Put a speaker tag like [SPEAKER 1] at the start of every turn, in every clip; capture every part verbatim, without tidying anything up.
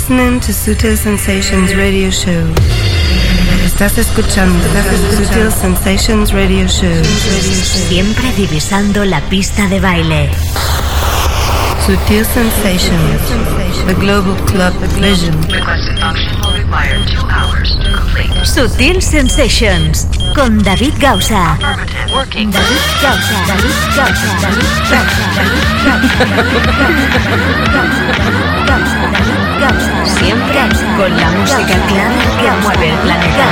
[SPEAKER 1] listening to Sutil Sensations Radio Show. Estás escuchando Sutil Sensations Radio Show.
[SPEAKER 2] Siempre divisando la pista de baile.
[SPEAKER 1] Sutil Sensations, the global club vision.
[SPEAKER 2] Sutil Sensations con David Gausa. David Gausa. David Gausa. David Gausa. Siempre con la música clara que mueve el planeta.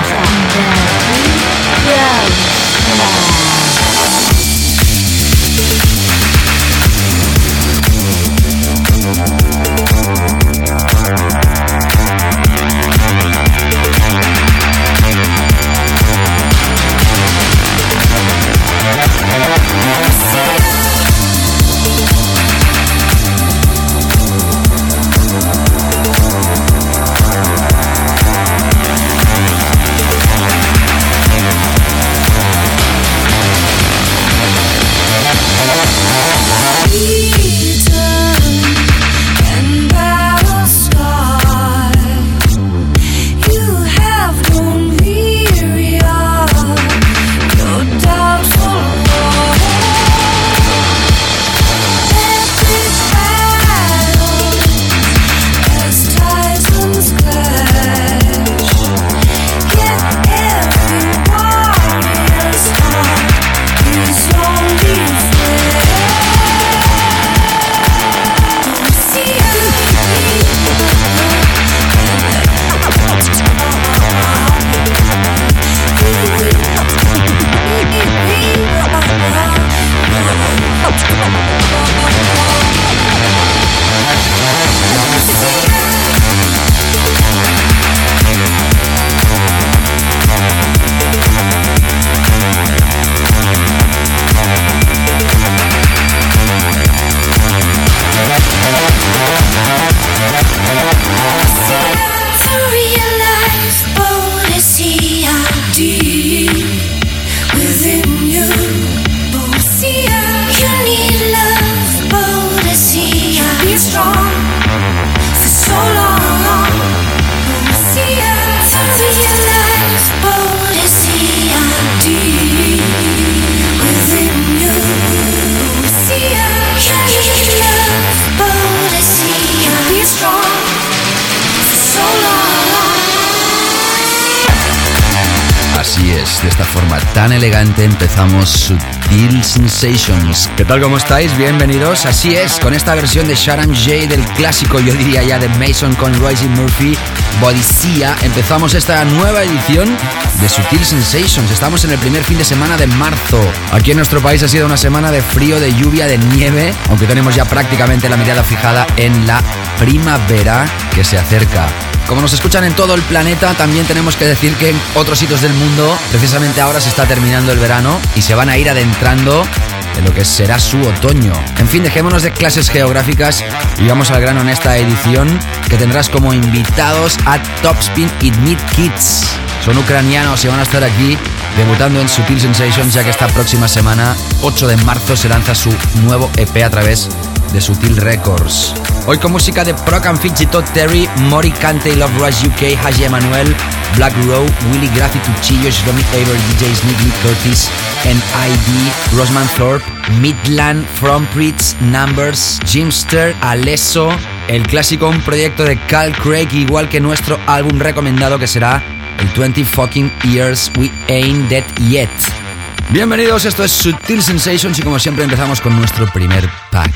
[SPEAKER 3] De esta forma tan elegante empezamos Sutil Sensations. ¿Qué tal, cómo estáis? Bienvenidos. Así es, con esta versión de Sharam J del clásico, yo diría ya, de Mason con Royce Murphy, Bodicea, empezamos esta nueva edición de Sutil Sensations. Estamos en el primer fin de semana de marzo. Aquí en nuestro país ha sido una semana de frío, de lluvia, de nieve, aunque tenemos ya prácticamente la mirada fijada en la primavera que se acerca. Como nos escuchan en todo el planeta, también tenemos que decir que en otros sitios del mundo, precisamente ahora se está terminando el verano y se van a ir adentrando en lo que será su otoño. En fin, dejémonos de clases geográficas y vamos al grano en esta edición, que tendrás como invitados a Topspin y Meat Kids. Son ucranianos y van a estar aquí debutando en Sutil Sensations, ya que esta próxima semana, ocho de marzo, se lanza su nuevo E P a través de Sutil Records. Hoy con música de Proc and Fitch, Todd Terry, Mori Kante, Love Rush U K, Haji Emanuel, Black Row, Willy Graffi, Tuchillo, Shlomi Eber, D J Sneak, Lee Curtis, N I D, Rosman Thorpe, Midland, From Pritz, Numbers, Jimster, Alesso, el clásico, un proyecto de Cal Craig, igual que nuestro álbum recomendado, que será el twenty fucking years We Ain't Dead Yet. Bienvenidos, esto es Sutil Sensations y como siempre empezamos con nuestro primer pack.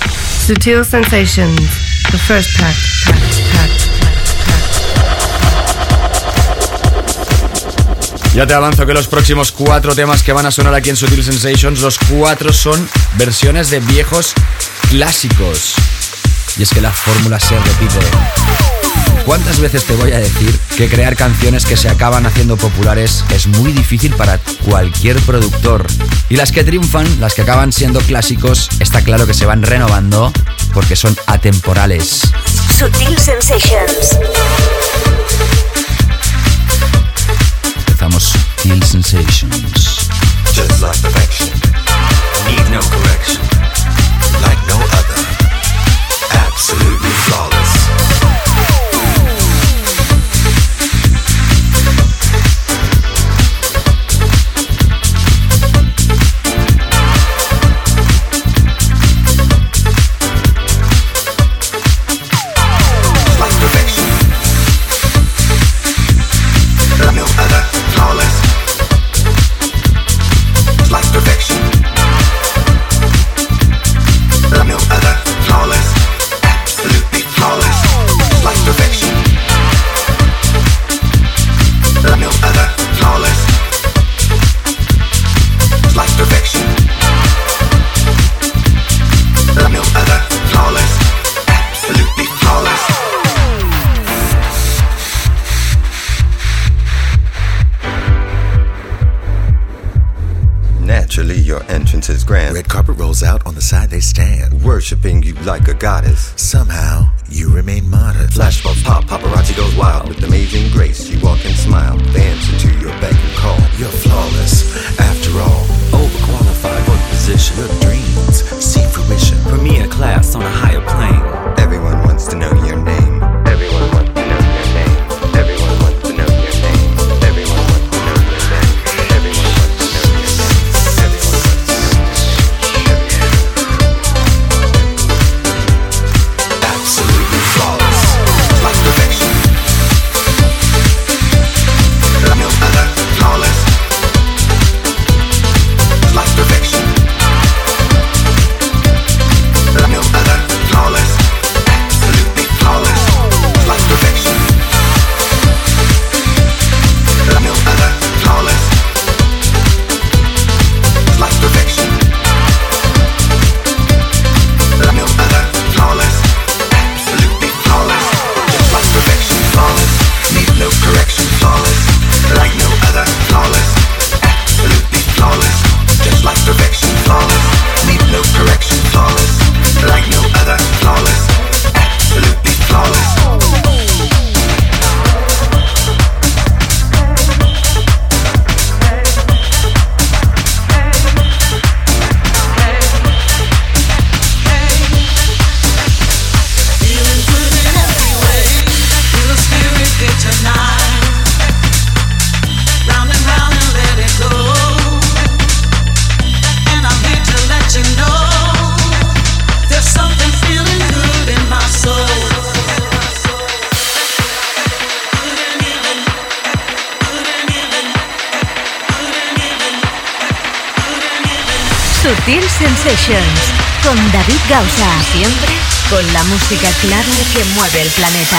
[SPEAKER 1] Sutil Sensations, the first pack, pack, pack, pack, pack.
[SPEAKER 3] Ya te avanzo que los próximos cuatro temas que van a sonar aquí en Sutil Sensations, los cuatro son versiones de viejos clásicos. Y es que la fórmula se repite. ¿Cuántas veces te voy a decir que crear canciones que se acaban haciendo populares es muy difícil para cualquier productor? Y las que triunfan, las que acaban siendo clásicos, está claro que se van renovando porque son atemporales.
[SPEAKER 2] Sutil Sensations.
[SPEAKER 3] Empezamos Sutil Sensations.
[SPEAKER 4] Just like perfection, need no correction, like no other, absolutely flawless.
[SPEAKER 5] rolls out on the side they stand, worshipping you like a goddess. Somehow, you remain modest. Flashbulbs pop, paparazzi goes wild. With amazing grace, you walk and smile. They answer to your beck and call. You're flawless, after all. Overqualified for the position. Your dreams see fruition.
[SPEAKER 4] Premier class on a higher plane.
[SPEAKER 5] Everyone wants to know your name. Everyone wants to know your name. Everyone wants to know your name. Everyone wants to know your name. Everyone wants to know your name. Everyone wants to know your name. Absolutely flawless, like perfection. No other flawless, like perfection. No other flawless, absolutely flawless, like perfection. No other flawless, like perfection. No other flawless, absolutely flawless, just like perfection. Flawless, need no correction. Flawless, like no other. Flawless, absolutely flawless, just like perfection. Flawless, need no correction. Flawless, like no other. Flawless, absolutely flawless.
[SPEAKER 6] Feeling good in every way. Feel the spirit hit tonight. Round and round and let it go. And I'm here to let you know there's something feeling good in my soul. Good and even, good and even, good and even, good and even.
[SPEAKER 2] Sutil Sensations con David Gausa. Siempre con la música clara que mueve el planeta.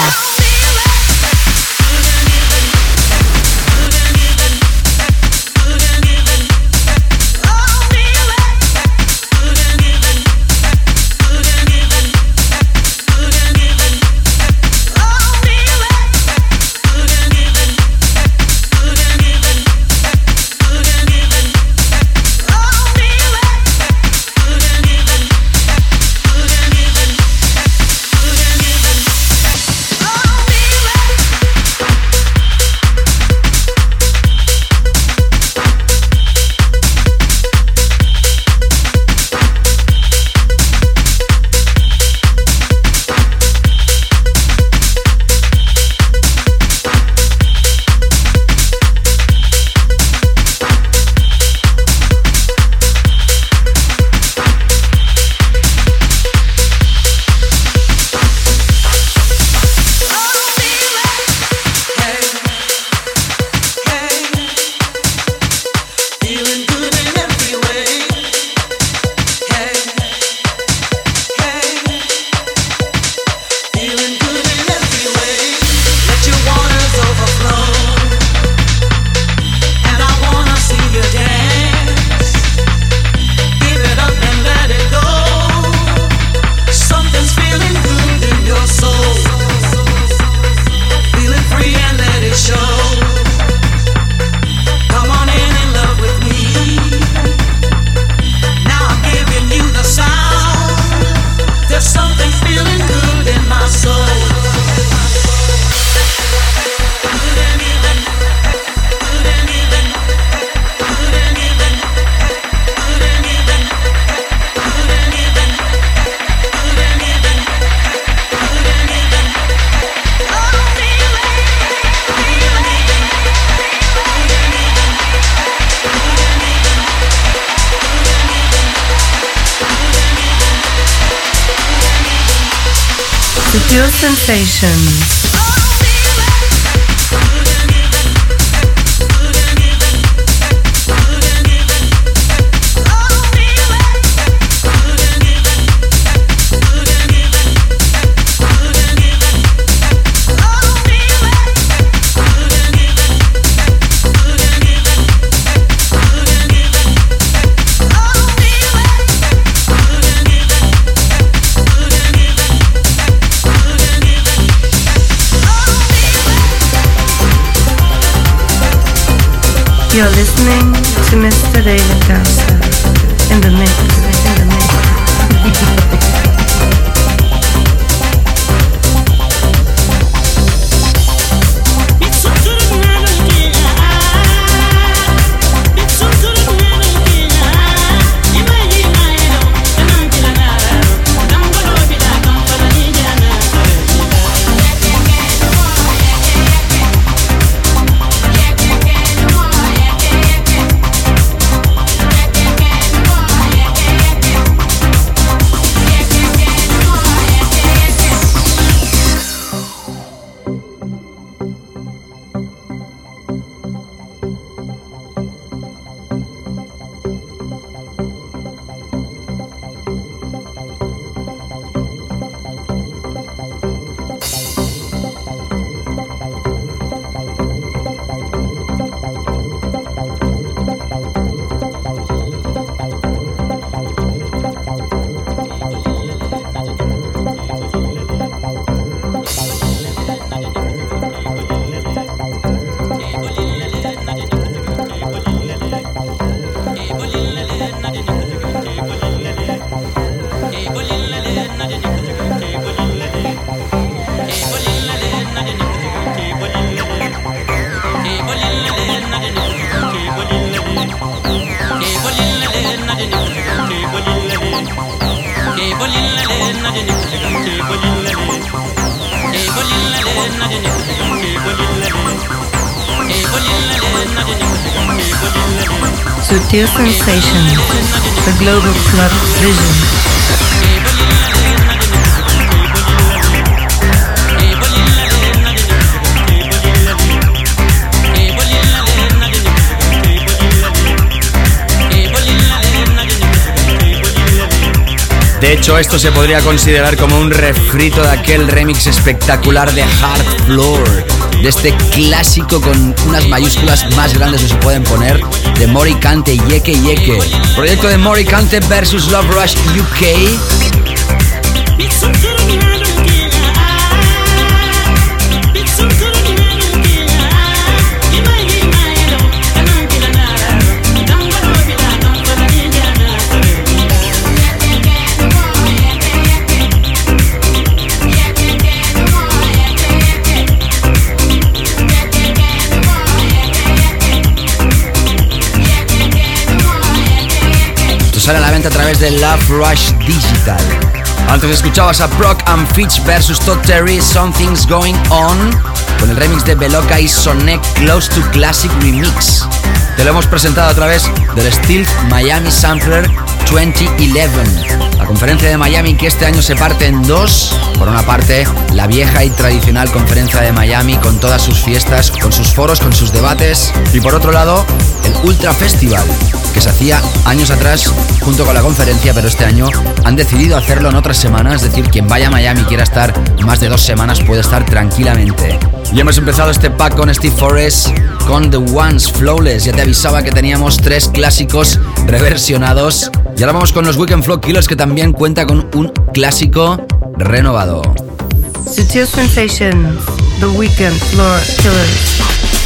[SPEAKER 1] Sutil Sensations. You're listening to Mister David Gausa in the mix, in the mix. Sutil Sensations, the Global Club Vision.
[SPEAKER 3] De hecho, esto se podría considerar como un refrito de aquel remix espectacular de Hard Floor, de este clásico con unas mayúsculas más grandes que se pueden poner, de Mori Kante Yeke Yeke. Proyecto de Mori Kante versus Love Rush U K. Sale a la venta a través de Love Rush Digital. Antes escuchabas a Brock and Fitch versus Todd Terry, Something's Going On, con el remix de Beloka y Sonic Close to Classic Remix. Te lo hemos presentado a través del Stealth Miami Sampler dos mil once. La conferencia de Miami que este año se parte en dos. Por una parte, la vieja y tradicional conferencia de Miami con todas sus fiestas, con sus foros, con sus debates. Y por otro lado, el Ultra Festival, que se hacía años atrás junto con la conferencia, pero este año han decidido hacerlo en otras semanas. Es decir, quien vaya a Miami y quiera estar más de dos semanas puede estar tranquilamente. Y hemos empezado este pack con Steve Forrest, con The Ones, Flawless. Ya te avisaba que teníamos tres clásicos reversionados. Y ahora vamos con los Weekend Flow Killers, que también cuenta con un clásico renovado.
[SPEAKER 1] Sutil Sensations, The Weekend Floor Killers.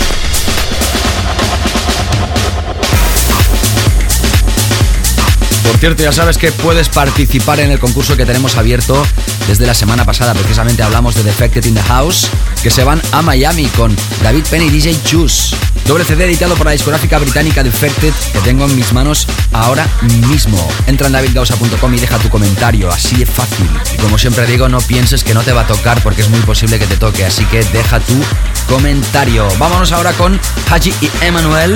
[SPEAKER 3] Por cierto, ya sabes que puedes participar en el concurso que tenemos abierto desde la semana pasada. Precisamente hablamos de Defected in the House, que se van a Miami con David Penn y D J Choose. Doble C D editado por la discográfica británica Defected, que tengo en mis manos ahora mismo. Entra en david gausa punto com y deja tu comentario, así de fácil. Y como siempre digo, no pienses que no te va a tocar, porque es muy posible que te toque, así que deja tu comentario. Vámonos ahora con Haji y Emmanuel.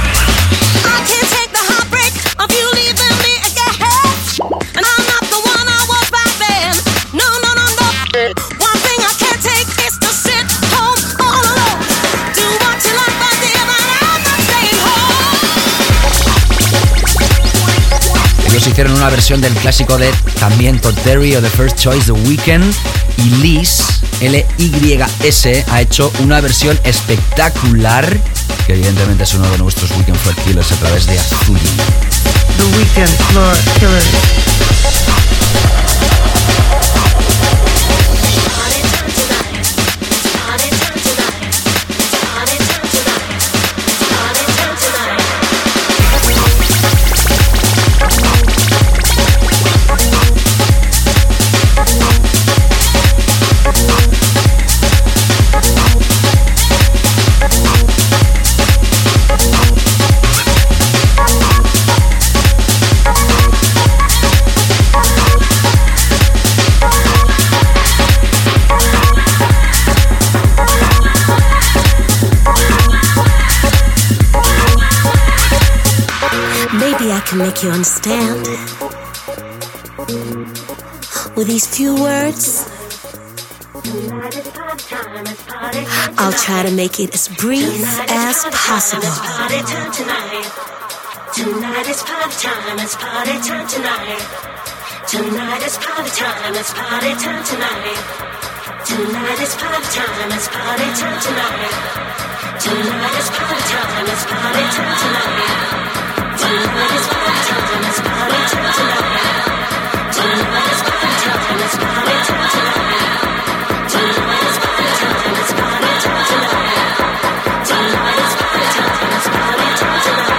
[SPEAKER 3] Ellos hicieron una versión del clásico de también Todd Terry o The First Choice, The Weeknd, y Liz, L Y S, ha hecho una versión espectacular, que evidentemente es uno de nuestros Weekend Floor Killers a través de Azuli.
[SPEAKER 1] The Weekend Floor Killers.
[SPEAKER 7] Make you understand with these few words. I'll try to make it as brief as possible.
[SPEAKER 6] Tonight is party time, it's party time tonight. Tonight is party time, it's party time tonight. Tonight is party time, it's party time tonight. Tonight is party time, it's party time tonight. Tonight is party time, it's party time tonight. Tonight is party time, it's party time tonight. Tonight is party time, it's party time tonight. Tonight is party time, it's party time tonight.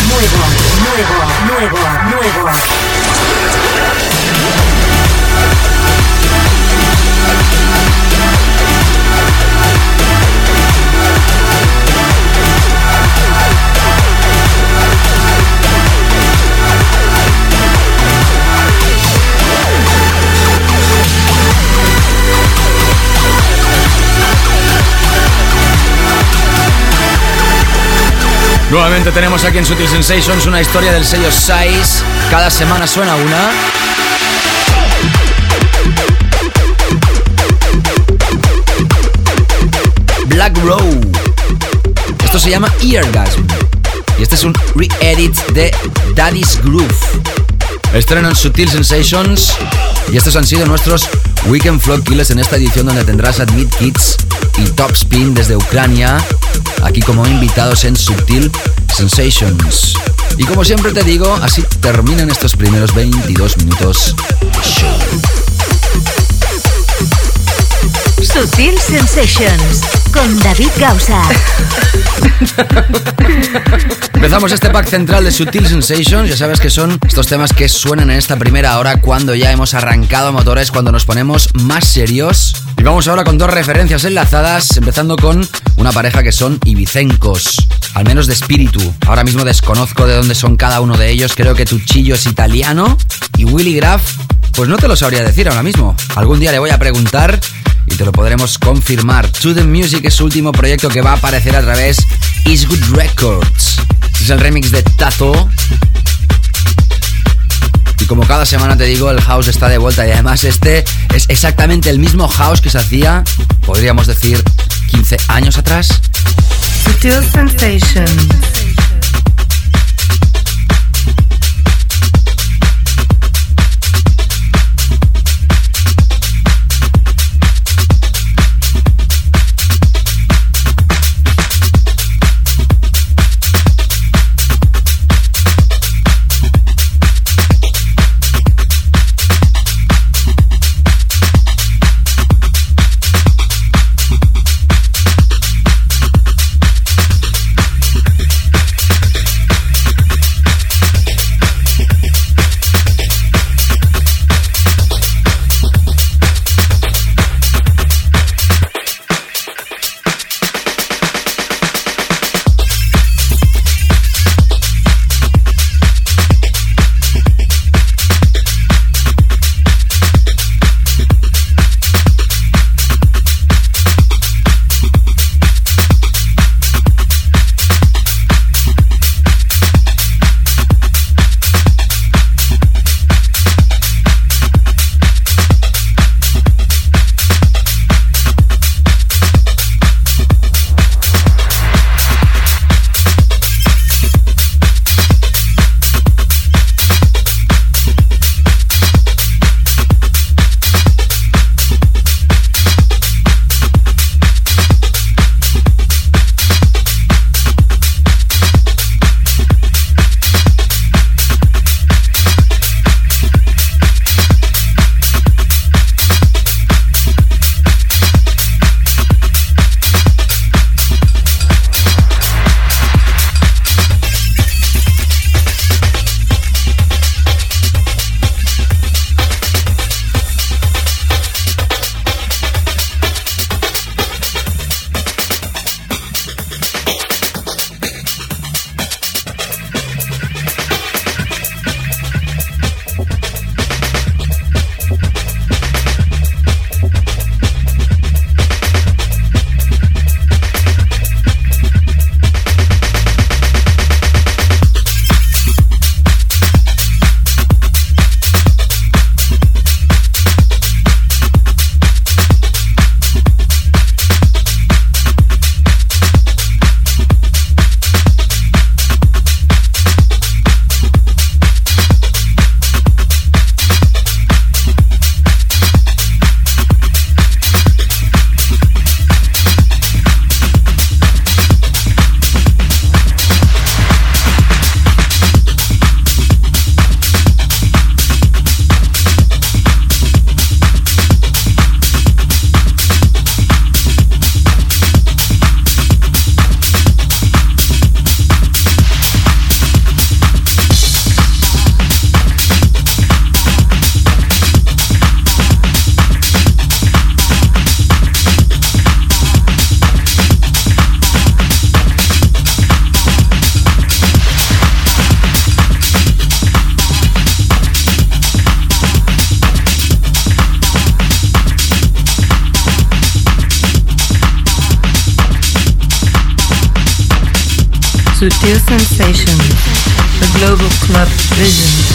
[SPEAKER 2] nuevo, nuevo, nuevo, nuevo.
[SPEAKER 3] Nuevamente tenemos aquí en Sutil Sensations una historia del sello Size. Cada semana suena una. Black Row. Esto se llama Eargasm. Y este es un re-edit de Daddy's Groove. Estreno en Sutil Sensations. Y estos han sido nuestros Weekend Floor Killers en esta edición, donde tendrás Admit Kids y Top Spin desde Ucrania, aquí como invitados en Sutil Sensations. Y como siempre te digo, así terminan estos primeros veintidós minutos.
[SPEAKER 2] Sutil Sensations con David Gausa.
[SPEAKER 3] Empezamos este pack central de Sutil Sensations. Ya sabes que son estos temas que suenan en esta primera hora cuando ya hemos arrancado motores, cuando nos ponemos más serios. Y vamos ahora con dos referencias enlazadas, empezando con una pareja que son ibicencos, al menos de espíritu. Ahora mismo desconozco de dónde son cada uno de ellos. Creo que Tuchillo es italiano y Willy Graf, pues no te lo sabría decir ahora mismo. Algún día le voy a preguntar y te lo podremos confirmar. To The Music es su último proyecto que va a aparecer a través Is Good Records. Este es el remix de Tazo. Y como cada semana te digo, el house está de vuelta. Y además este es exactamente el mismo house que se hacía, podríamos decir, quince años atrás.
[SPEAKER 1] Sutil Sensations. Sutil Sensations, the global club vision.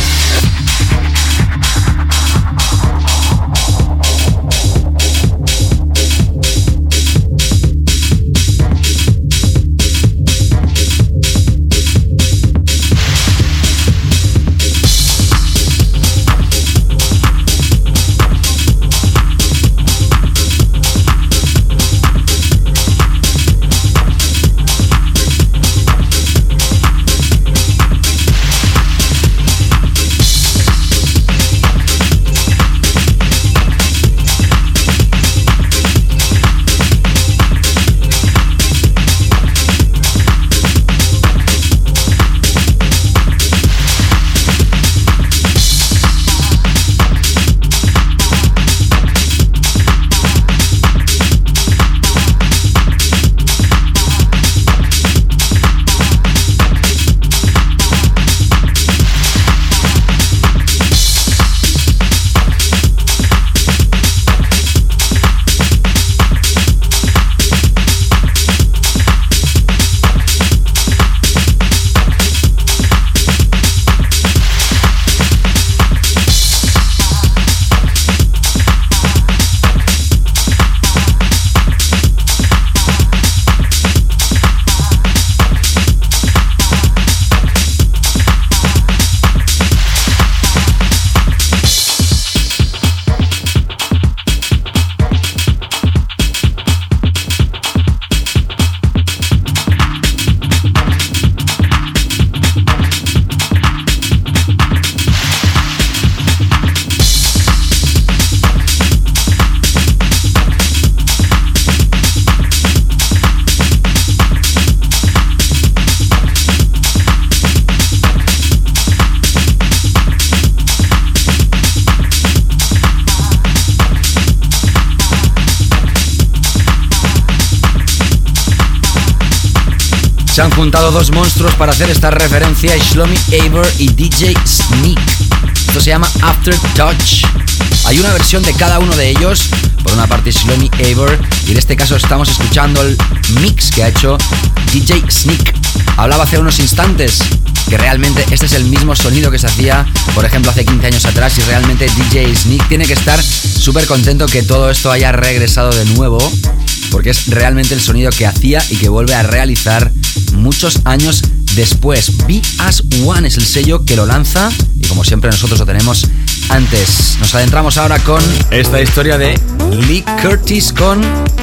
[SPEAKER 3] Se han juntado dos monstruos para hacer esta referencia, Shlomi Eibor y D J Sneak. Esto se llama Aftertouch. Hay una versión de cada uno de ellos. Por una parte Shlomi Eibor, y en este caso estamos escuchando el mix que ha hecho D J Sneak. Hablaba hace unos instantes que realmente este es el mismo sonido que se hacía, por ejemplo, hace quince años atrás, y realmente D J Sneak tiene que estar súper contento que todo esto haya regresado de nuevo, porque es realmente el sonido que hacía y que vuelve a realizar muchos años después. Be As One es el sello que lo lanza, y como siempre nosotros lo tenemos antes. Nos adentramos ahora con esta historia de Lee Curtis con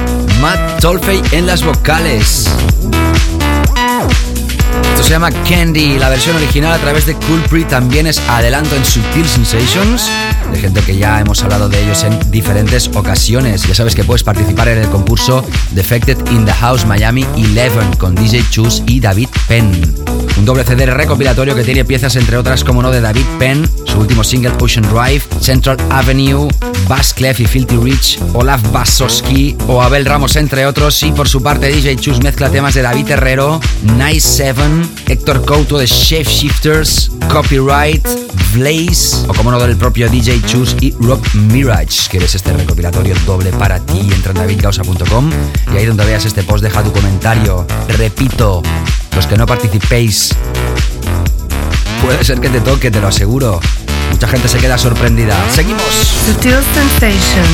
[SPEAKER 3] Matt Tolfey en las vocales. Esto se llama Candy. La versión original a través de Coolpre también es adelanto en Sutil Sensations, de gente que ya hemos hablado de ellos en diferentes ocasiones. Ya sabes que puedes participar en el concurso Defected in the House Miami once con D J Chus y David Penn. Un doble C D recopilatorio que tiene piezas entre otras como no de David Penn, su último single Ocean Drive, Central Avenue, Bass Clef y Filthy Rich, Olaf Basowski o Abel Ramos entre otros, y por su parte D J Chus mezcla temas de David Herrero, Nice Seven, Héctor Couto de Shape Shifters, Copyright, Blaze o como no del propio D J Chus y Rob Mirage. ¿Quieres este recopilatorio doble para ti? Entra en david gausa punto com y ahí donde veas este post deja tu comentario. Repito, los que no participéis, puede ser que te toque, te lo aseguro. Mucha gente se queda sorprendida. Seguimos.
[SPEAKER 1] Sutil Sensations.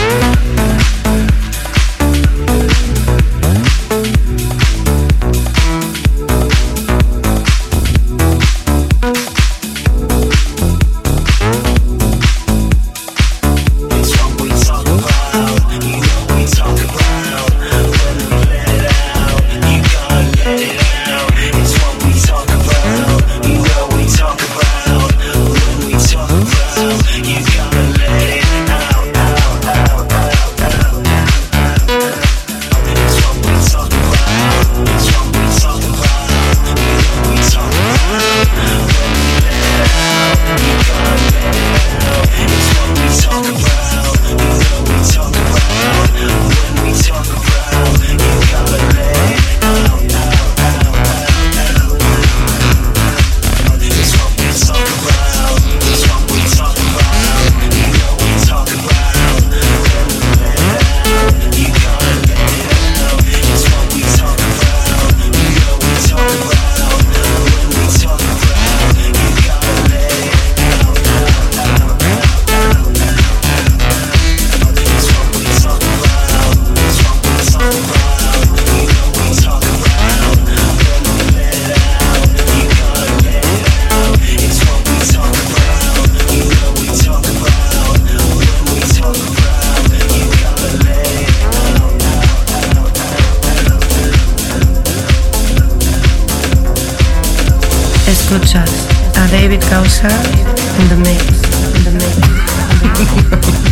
[SPEAKER 1] Escuchas a David Gausa in the mix, in the mix, in the mix.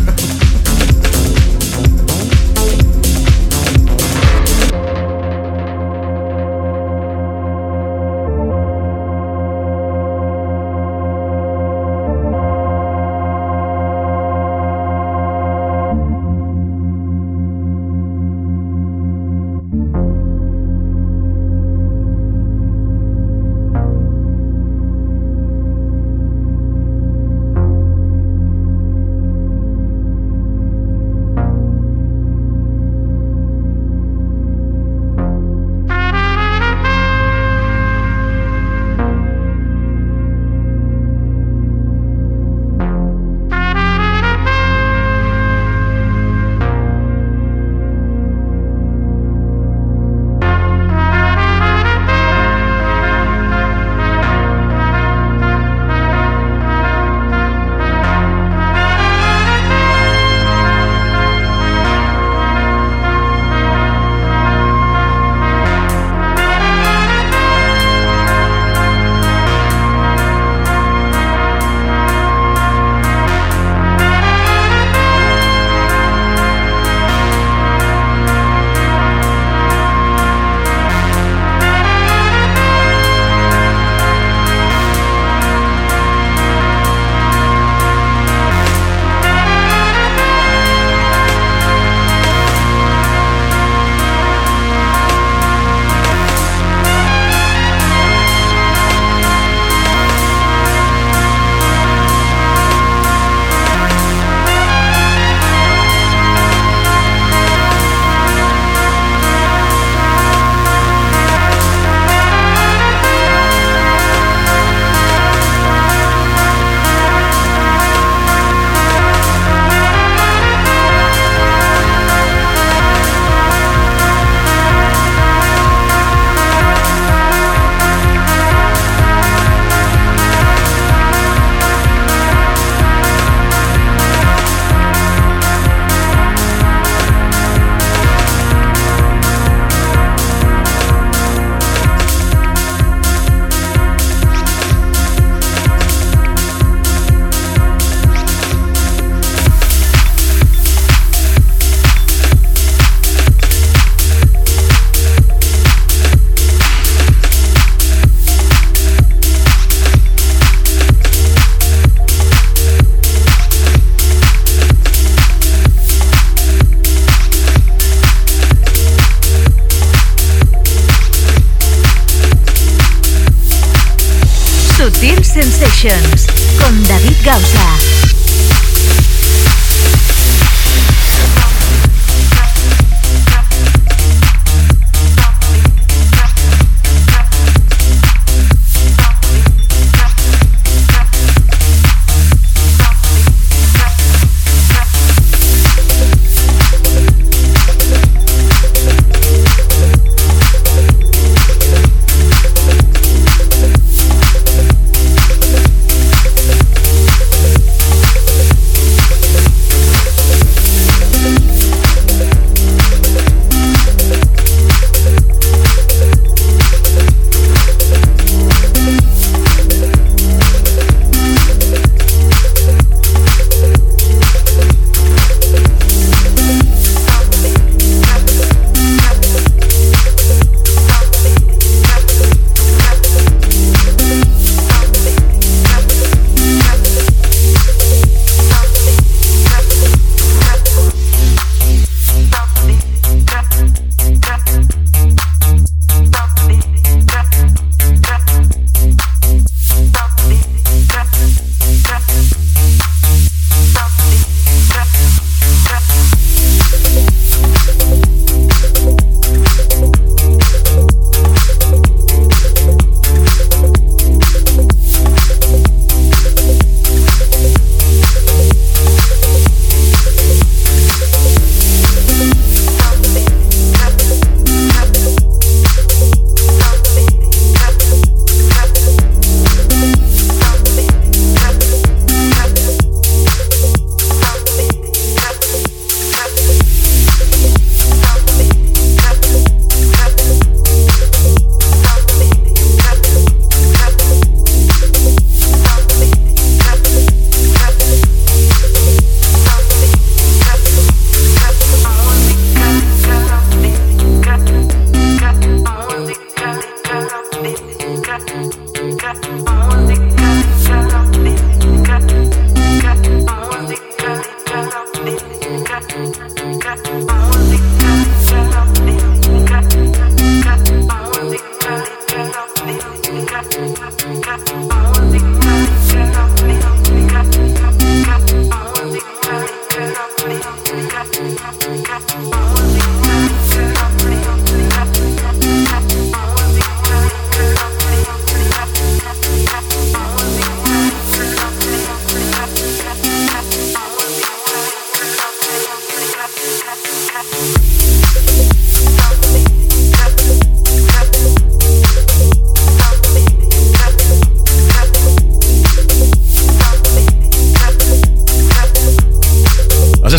[SPEAKER 2] Sutil Sensations con David Gausa.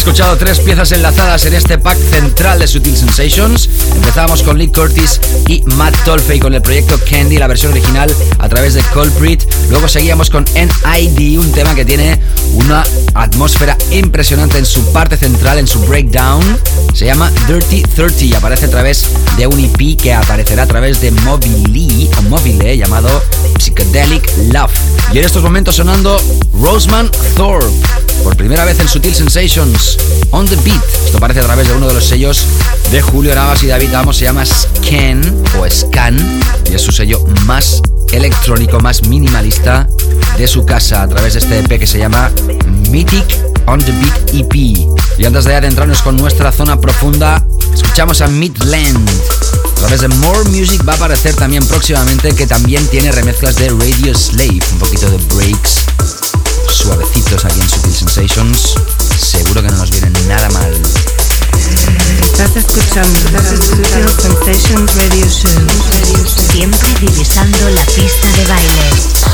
[SPEAKER 3] escuchado tres piezas enlazadas en este pack central de Sutil Sensations. Empezábamos con Lee Curtis y Matt Tolfey con el proyecto Candy, la versión original a través de Culprit. Luego seguíamos con N I D, un tema que tiene una atmósfera impresionante en su parte central, en su breakdown. Se llama Dirty treinta y aparece a través de un E P que aparecerá a través de Mobile o Mobile llamado Psychedelic Love. Y en estos momentos sonando Roseman Thorpe por primera vez en Sutil Sensations, On The Beat. Esto aparece a través de uno de los sellos de Julio Navas y David Amos. Se llama Scan o Scan y es su sello más electrónico, más minimalista de su casa, a través de este E P que se llama Mythic On The Beat E P. Y antes de adentrarnos con nuestra zona profunda, escuchamos a Midland. A través de More Music va a aparecer también próximamente, que también tiene remezclas de Radio Slave, un poquito de breaks suavecitos aquí en Sutil Sensations. Seguro que no nos vienen nada mal.
[SPEAKER 1] Estás escuchando Sutil Sensations Radio Show.
[SPEAKER 2] Siempre divisando la pista de baile.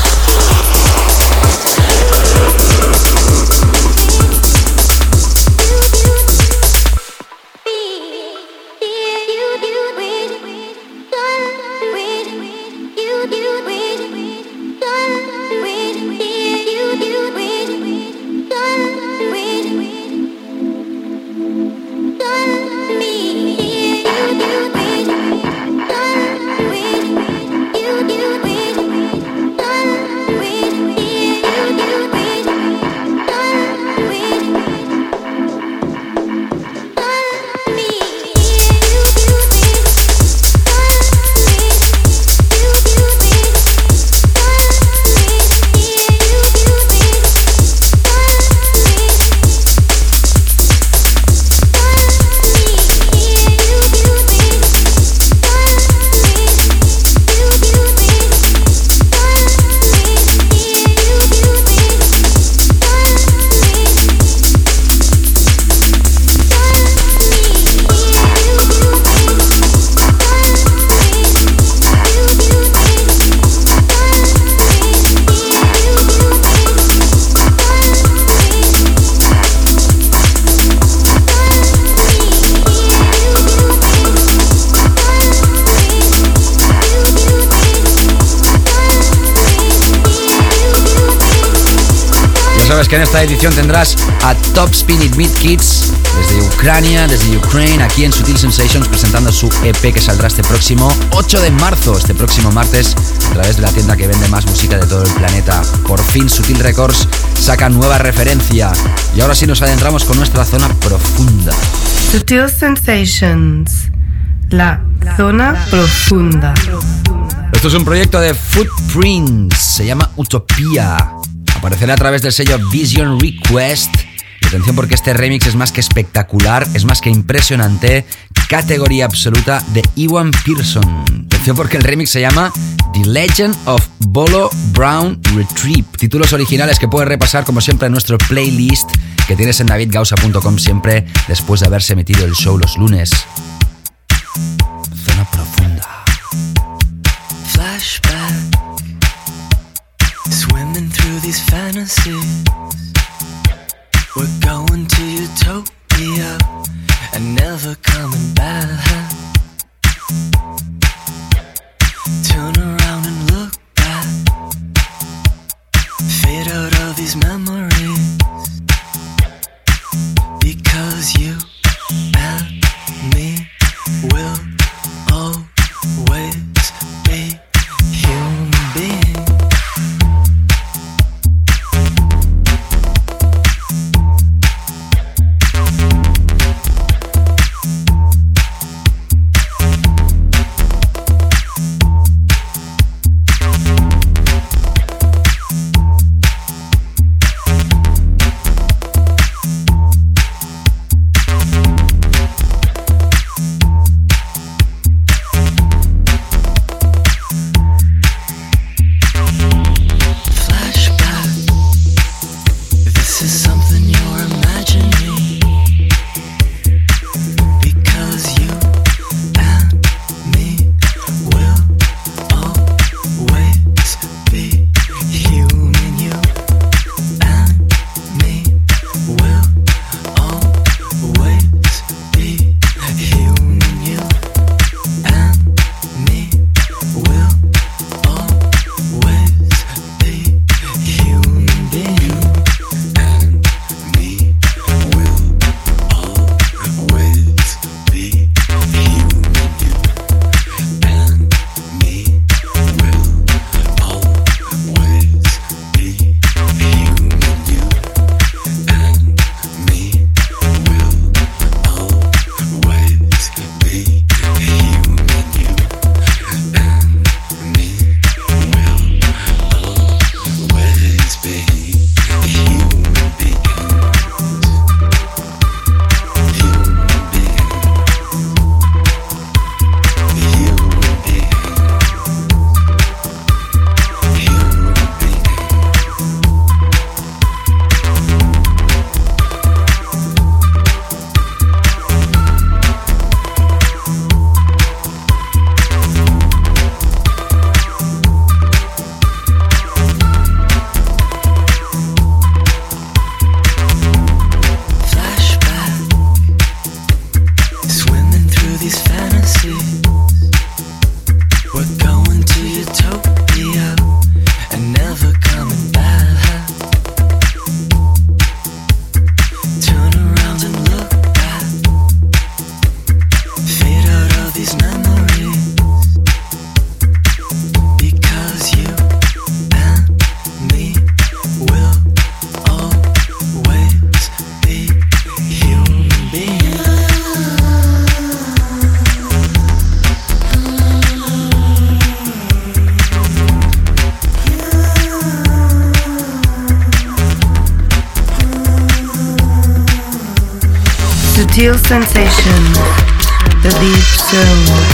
[SPEAKER 3] Sabes que en esta edición tendrás a Top Spin It Meet Kids desde Ucrania, desde Ukraine, aquí en Sutil Sensations, presentando su E P que saldrá este próximo ocho de marzo, este próximo martes, a través de la tienda que vende más música de todo el planeta. Por fin Sutil Records saca nueva referencia. Y ahora sí nos adentramos con nuestra zona profunda.
[SPEAKER 1] Sutil Sensations, la zona profunda.
[SPEAKER 3] Esto es un proyecto de Footprints, se llama Utopía. Aparecerá a través del sello Vision Request. Y atención, porque este remix es más que espectacular, es más que impresionante. Categoría absoluta de Ewan Pearson. Atención, porque el remix se llama The Legend of Bolo Brown Retrieve. Títulos originales que puedes repasar como siempre en nuestro playlist que tienes en david gausa punto com siempre después de haberse emitido el show los lunes. Zona profunda.
[SPEAKER 8] Flashback. Swimming through these fantasies, we're going to utopia and never coming back. Turn around and look back, fade out of these memories, because you and me will always be human beings. these memories, because you and me will always be human beings.
[SPEAKER 1] Sutil sensation, the deep soul.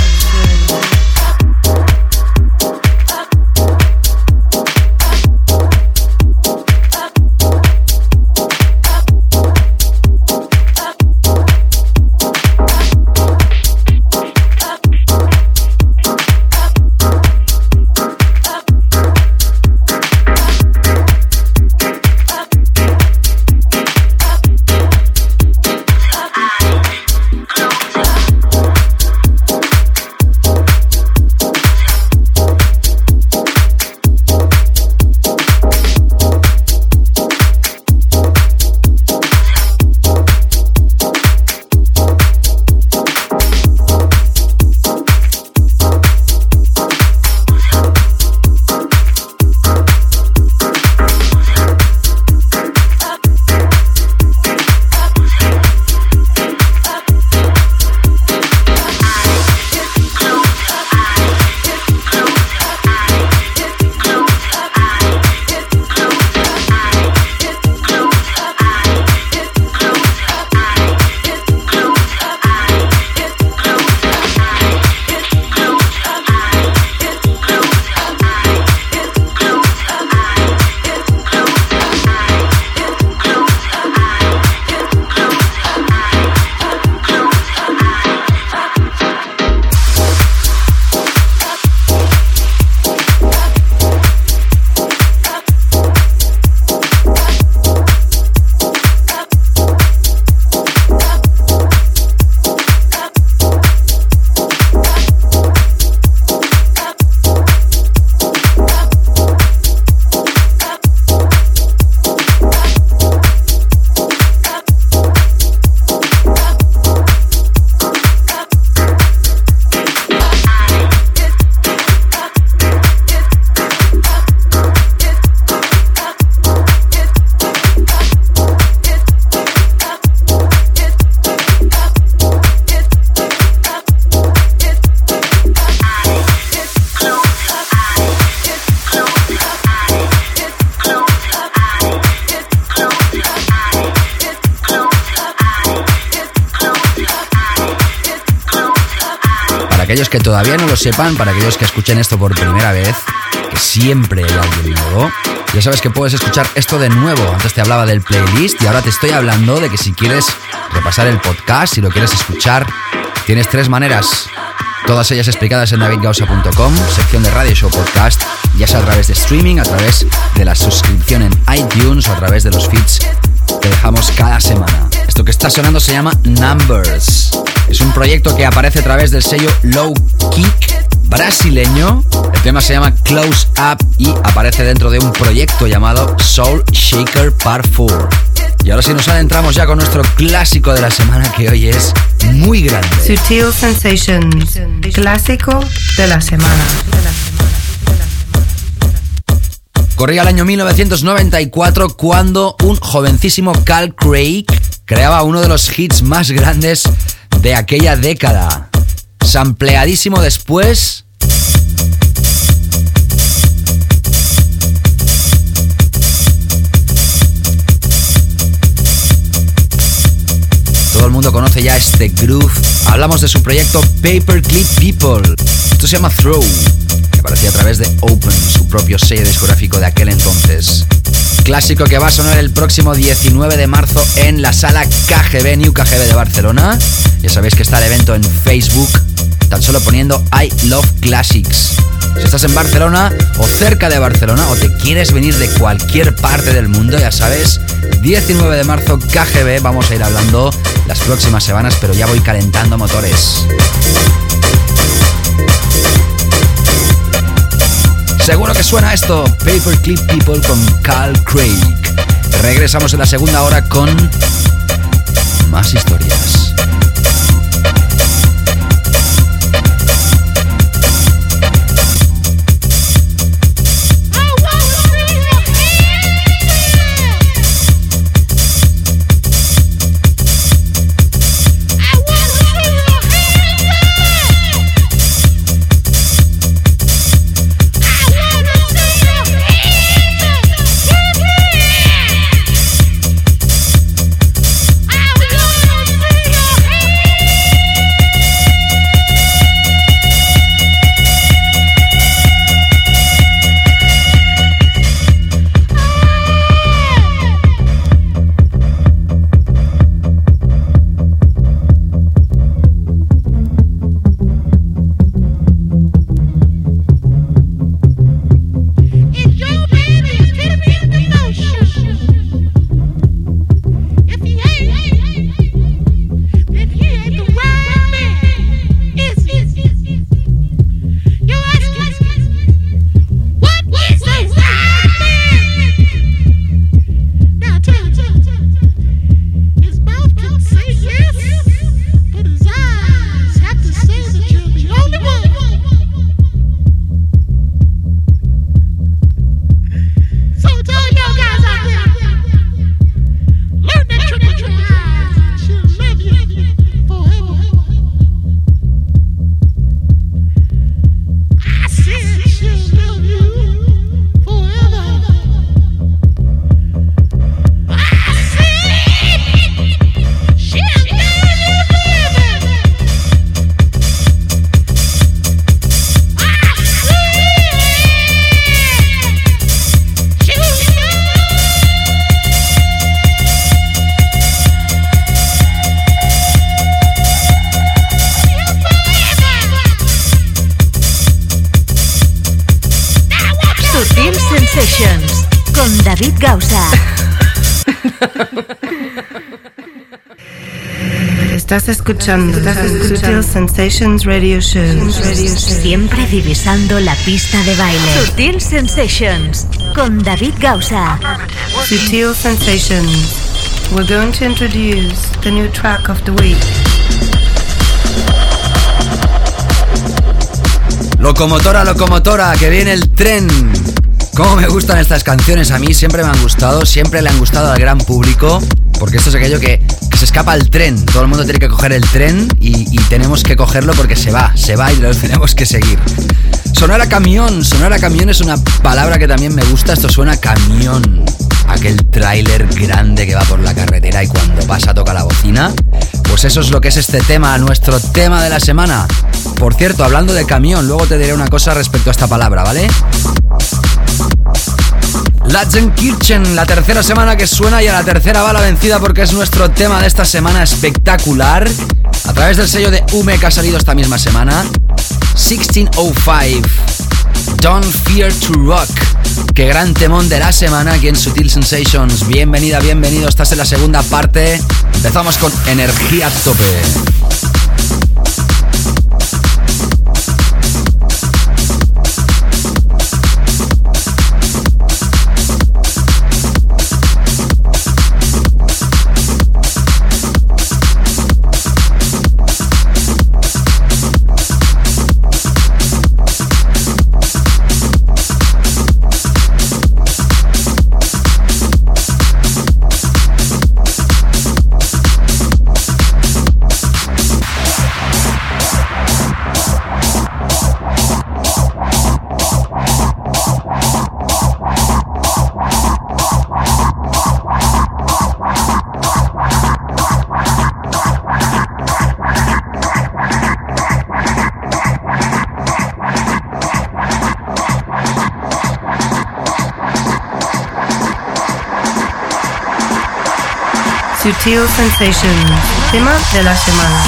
[SPEAKER 3] aquellos que todavía no lo sepan, para aquellos que escuchen esto por primera vez, que siempre hay alguien nuevo, ya sabes que puedes escuchar esto de nuevo. Antes te hablaba del playlist y ahora te estoy hablando de que si quieres repasar el podcast, si lo quieres escuchar, tienes tres maneras. Todas ellas explicadas en david gausa punto com, sección de Radio Show Podcast, ya sea a través de streaming, a través de la suscripción en iTunes o a través de los feeds que dejamos cada semana. Esto que está sonando se llama Numbers. Es un proyecto que aparece a través del sello Low Kick brasileño. El tema se llama Close Up y aparece dentro de un proyecto llamado Soul Shaker Part cuatro. Y ahora sí nos adentramos ya con nuestro clásico de la semana, que hoy es muy grande.
[SPEAKER 1] Sutil Sensations, clásico de la semana.
[SPEAKER 3] Corría el año mil novecientos noventa y cuatro cuando un jovencísimo Carl Craig creaba uno de los hits más grandes de aquella década. Sampleadísimo después. Todo el mundo conoce ya este groove. Hablamos de su proyecto Paperclip People. Esto se llama Throw, que aparecía a través de Open, su propio sello discográfico de aquel entonces. Clásico que va a sonar el próximo diecinueve de marzo en la sala K G B, New K G B de Barcelona. Ya sabéis que está el evento en Facebook, tan solo poniendo I Love Classics. Si estás en Barcelona o cerca de Barcelona o te quieres venir de cualquier parte del mundo, ya sabes, diecinueve de marzo K G B, vamos a ir hablando las próximas semanas, pero ya voy calentando motores. Seguro que suena esto, Paperclip People con Carl Craig. Regresamos en la segunda hora con más historias.
[SPEAKER 2] Sensations con David Gausa.
[SPEAKER 1] Estás escuchando, estás escuchando Sutil Sensations Radio Show.
[SPEAKER 2] Siempre divisando la pista de baile. Sutil Sensations con David Gausa.
[SPEAKER 1] Sutil Sensations. We're going to introduce the new track of the week.
[SPEAKER 3] Locomotora, locomotora, que viene el tren. Cómo me gustan estas canciones, a mí siempre me han gustado, siempre le han gustado al gran público, porque esto es aquello que, que se escapa el tren, todo el mundo tiene que coger el tren y, y tenemos que cogerlo porque se va, se va y lo tenemos que seguir. Sonar a camión, sonar a camión es una palabra que también me gusta, esto suena a camión, aquel tráiler grande que va por la carretera y cuando pasa toca la bocina. Pues eso es lo que es este tema, nuestro tema de la semana. Por cierto, hablando de camión, luego te diré una cosa respecto a esta palabra, ¿vale? Latzenkirchen, la tercera semana que suena y a la tercera va la vencida porque es nuestro tema de esta semana espectacular. A través del sello de Ume que ha salido esta misma semana. sixteen oh five, Don't Fear to Rock. Qué gran temón de la semana aquí en Sutil Sensations. Bienvenida, bienvenido, estás en la segunda parte. Empezamos con energía a tope.
[SPEAKER 1] Sutil Sensations, tema de la semana.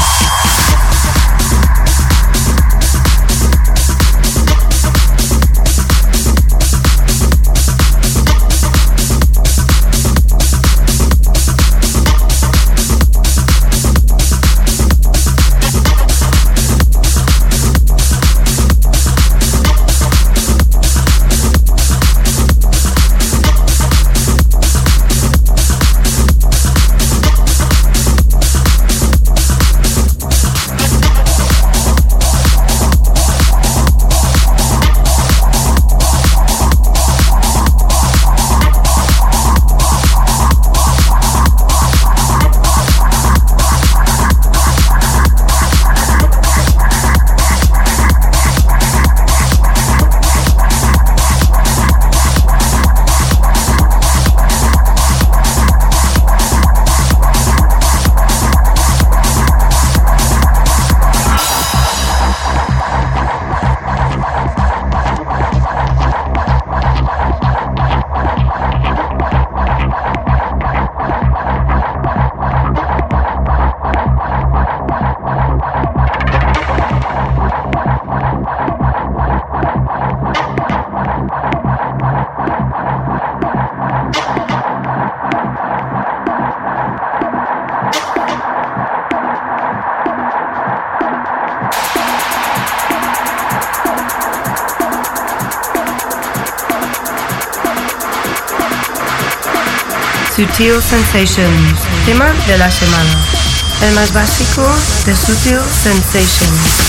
[SPEAKER 1] Sutil Sensations, tema de la semana. El más básico de Sutil Sensations.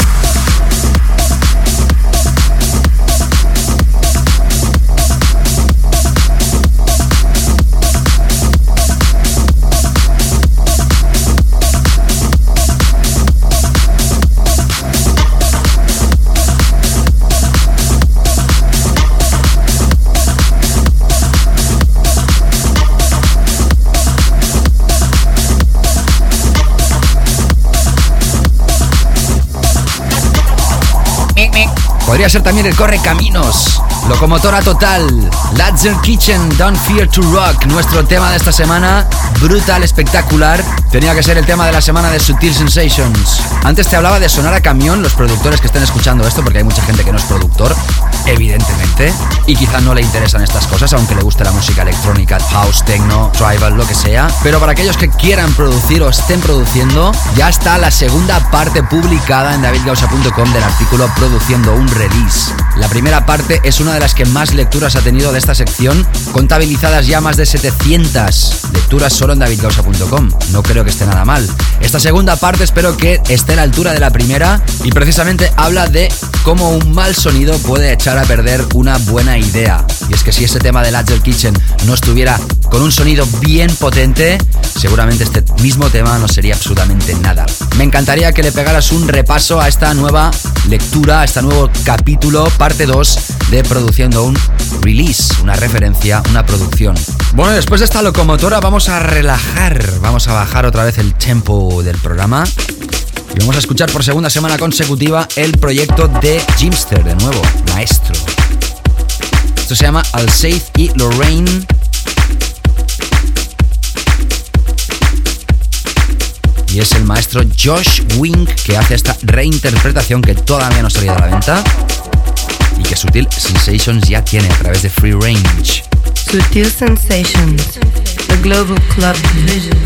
[SPEAKER 3] Podría ser también el Correcaminos, Locomotora Total, Lazar Kitchen, Don't Fear to Rock. Nuestro tema de esta semana, brutal, espectacular. Tenía que ser el tema de la semana de Sutil Sensations. Antes te hablaba de sonar a camión. Los productores que estén escuchando esto, porque hay mucha gente que no es productor, evidentemente, y quizá no le interesan estas cosas, aunque le guste la música electrónica, house, techno, tribal, lo que sea. Pero para aquellos que quieran producir o estén produciendo, ya está la segunda parte publicada en david gausa punto com del artículo Produciendo un Release. La primera parte es una de las que más lecturas ha tenido de esta sección, contabilizadas ya más de setecientas lecturas solo en david gausa punto com. No creo que esté nada mal. Esta segunda parte espero que esté a la altura de la primera, y precisamente habla de cómo un mal sonido puede echar a perder una buena idea. Y es que si ese tema de Lazar Kitchen no estuviera con un sonido bien potente, seguramente este mismo tema no sería absolutamente nada. Me encantaría que le pegaras un repaso a esta nueva lectura, a este nuevo capítulo, parte dos de Produciendo un Release, una referencia, una producción. Bueno, después de esta locomotora vamos a relajar, vamos a bajar otra vez el tempo del programa y vamos a escuchar por segunda semana consecutiva el proyecto de Jimster, de nuevo, maestro. Esto se llama Alsaith y Lorraine. Y es el maestro Josh Wink que hace esta reinterpretación que todavía no ha salido a la venta y que Sutil Sensations ya tiene a través de Free Range.
[SPEAKER 1] Sutil Sensations, the Global Club Division.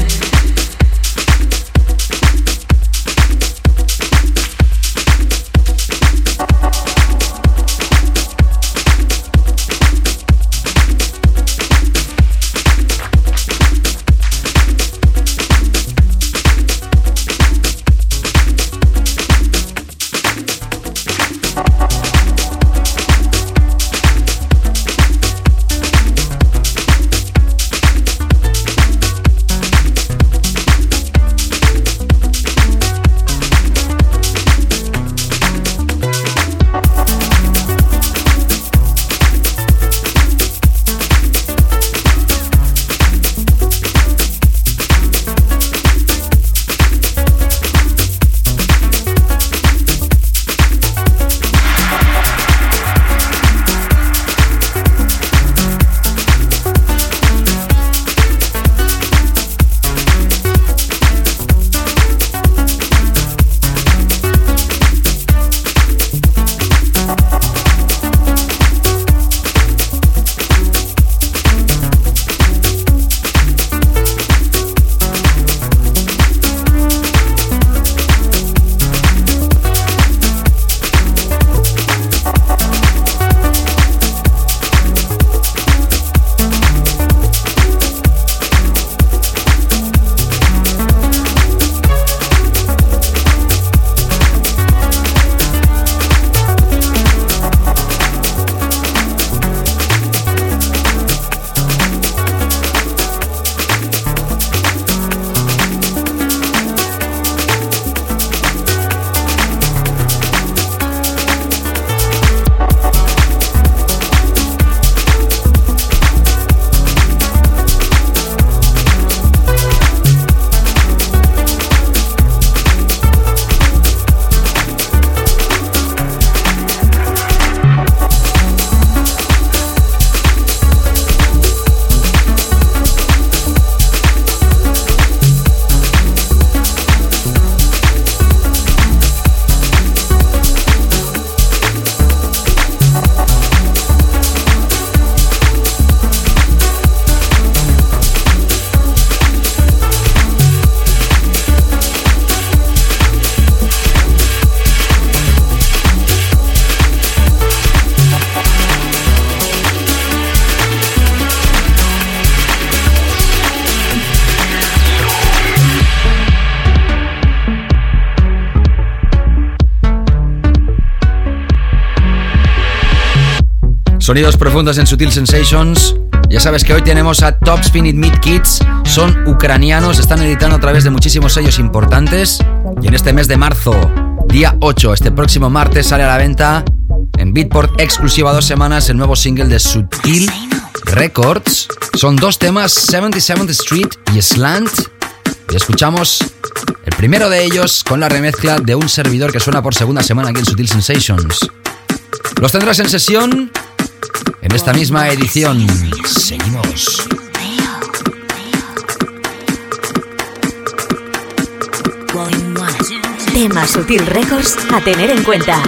[SPEAKER 3] Sonidos profundos en Sutil Sensations. Ya sabes que hoy tenemos a Top Spin It Meat Kids. Son ucranianos, están editando a través de muchísimos sellos importantes. Y en este mes de marzo, día ocho, este próximo martes, sale a la venta en Beatport exclusiva dos semanas el nuevo single de Sutil Records. Son dos temas, setenta y siete Street y Slant. Y escuchamos el primero de ellos con la remezcla de un servidor que suena por segunda semana aquí en Sutil Sensations. Los tendrás en sesión en esta misma edición. Seguimos.
[SPEAKER 2] Tema Sutil Records a tener en cuenta.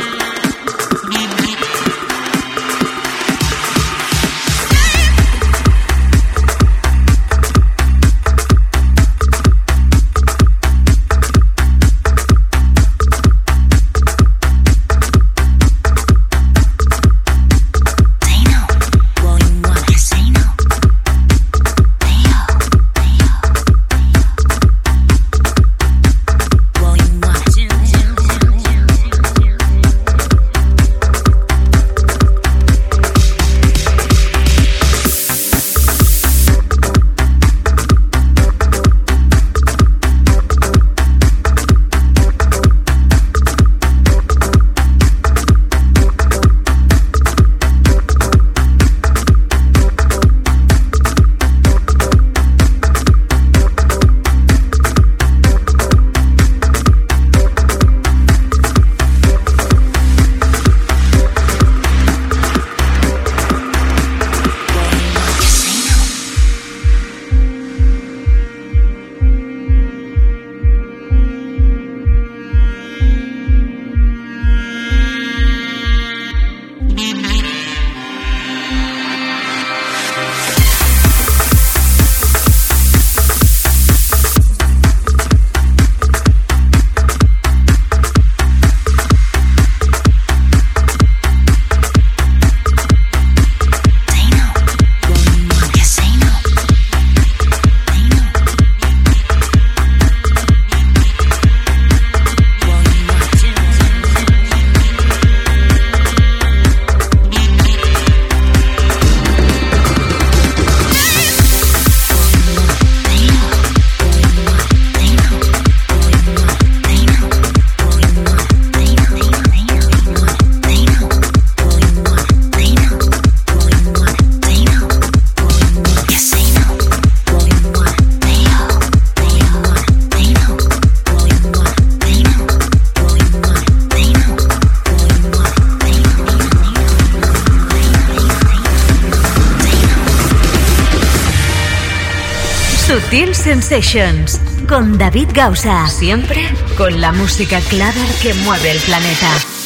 [SPEAKER 2] Sutil Sensations con David Gausa. Siempre con la música clara que mueve el planeta.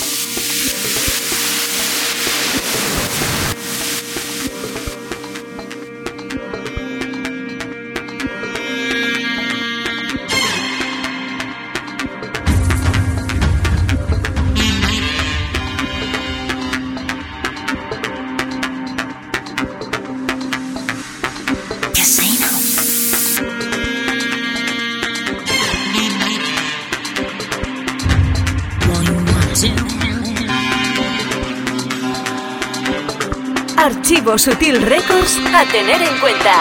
[SPEAKER 2] Archivo Sutil Records a tener en cuenta.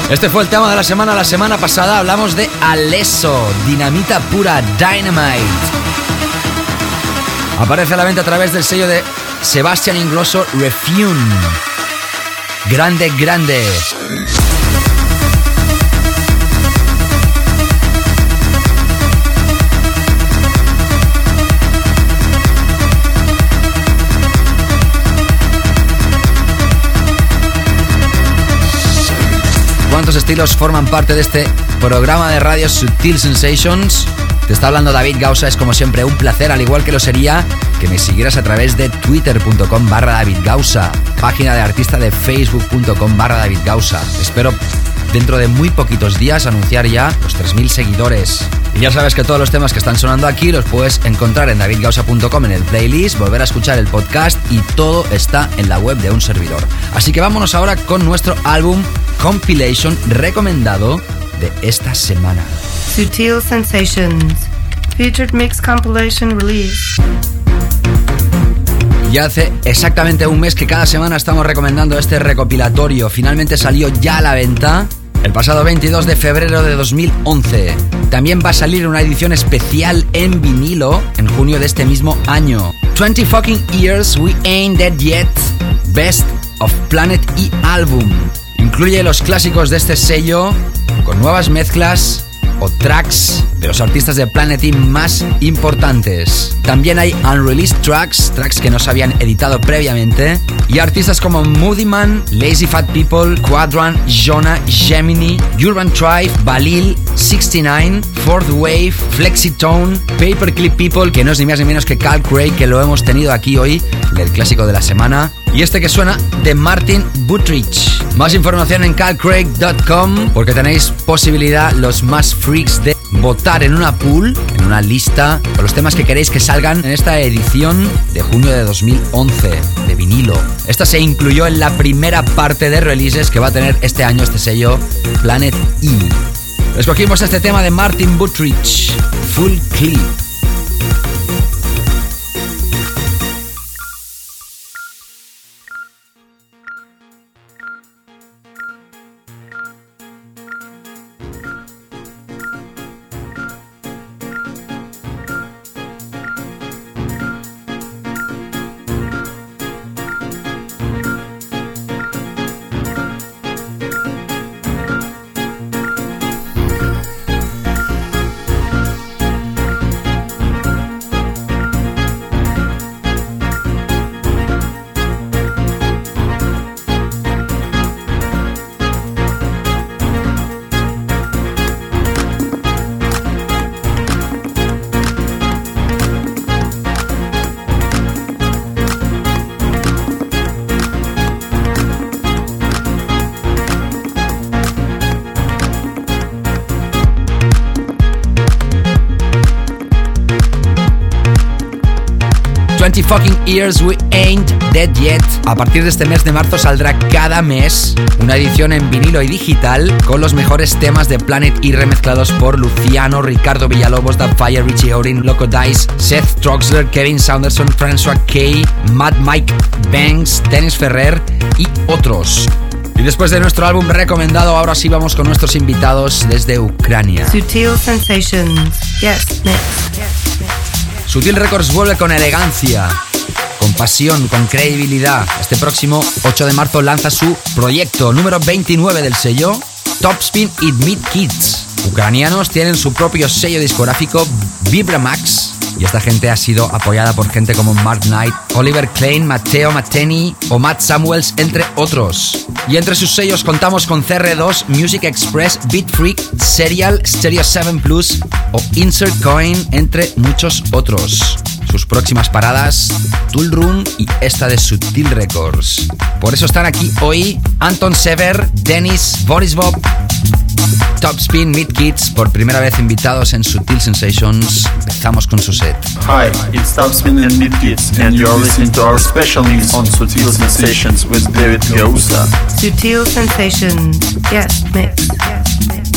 [SPEAKER 3] Este fue el tema de la semana. La semana pasada hablamos de Alesso, dinamita pura, Dynamite. Aparece a la venta a través del sello de Sebastian Ingrosso, Refune. Grande, grande. ¿Cuántos estilos forman parte de este programa de radio Sutil Sensations? Te está hablando David Gausa. Es como siempre un placer, al igual que lo sería que me siguieras a través de twitter.com barra David Gausa, página de artista de facebook.com barra David Gausa. Espero dentro de muy poquitos días anunciar ya los tres mil seguidores. Y ya sabes que todos los temas que están sonando aquí los puedes encontrar en david gausa punto com en el playlist, volver a escuchar el podcast y todo está en la web de un servidor. Así que vámonos ahora con nuestro álbum Compilation recomendado de esta semana.
[SPEAKER 1] Sutil Sensations, Featured Mix Compilation Release.
[SPEAKER 3] Ya hace exactamente un mes que cada semana estamos recomendando este recopilatorio. Finalmente salió ya a la venta el pasado veintidós de febrero de dos mil once. También va a salir una edición especial en vinilo en junio de este mismo año. twenty fucking years we ain't dead yet. Best of Planet E Album. Incluye los clásicos de este sello con nuevas mezclas o tracks de los artistas de Planet E más importantes. También hay unreleased tracks, tracks que no se habían editado previamente, y artistas como Moody Man, Lazy Fat People, Quadrant, Jonah, Gemini, Urban Tribe, Balil, sixty nine, Fourth Wave, Flexitone, Paperclip People, que no es ni más ni menos que Cal Craig, que lo hemos tenido aquí hoy, del clásico de la semana, y este que suena de Martin Buttrich. Más información en cal craig punto com, porque tenéis posibilidad los más freaks de votar en una pool, en una lista, con los temas que queréis que salgan en esta edición de junio de dos mil once de vinilo. Esta se incluyó en la primera parte de releases que va a tener este año este sello Planet E. Escogimos este tema de Martin Buttrich, Full Clip. twenty fucking years we ain't dead yet. A partir de este mes de marzo saldrá cada mes una edición en vinilo y digital con los mejores temas de Planet E remezclados por Luciano, Ricardo Villalobos, Dabfire, Richie Orin, Loco Dice, Seth Troxler, Kevin Saunderson, François K, Mad Mike Banks, Dennis Ferrer y otros. Y después de nuestro álbum recomendado, ahora sí vamos con nuestros invitados desde Ucrania.
[SPEAKER 1] Sutil Sensations, yes, next.
[SPEAKER 3] Sutil Records vuelve con elegancia, con pasión, con credibilidad. Este próximo ocho de marzo lanza su proyecto número veintinueve del sello, Topspin y Meat Kids. Ucranianos tienen su propio sello discográfico, Vibramax, y esta gente ha sido apoyada por gente como Mark Knight, Oliver Klein, Matteo Matteni o Matt Samuels, entre otros. Y entre sus sellos contamos con C R dos, Music Express, Beat Freak, Serial, Stereo siete Plus o Insert Coin, entre muchos otros. Sus próximas paradas, Tool Room y esta de Sutil Records. Por eso están aquí hoy Anton Sever, Dennis, Boris Bob, Topspin, Meat Kids, por primera vez invitados en Sutil Sensations. Empezamos con su set.
[SPEAKER 9] Hi, it's Topspin and Meat Kids, and you're listening to our special mix on Sutil Sensations with David Gausa.
[SPEAKER 1] Sutil Sensations, yes, mix. Yes, mix.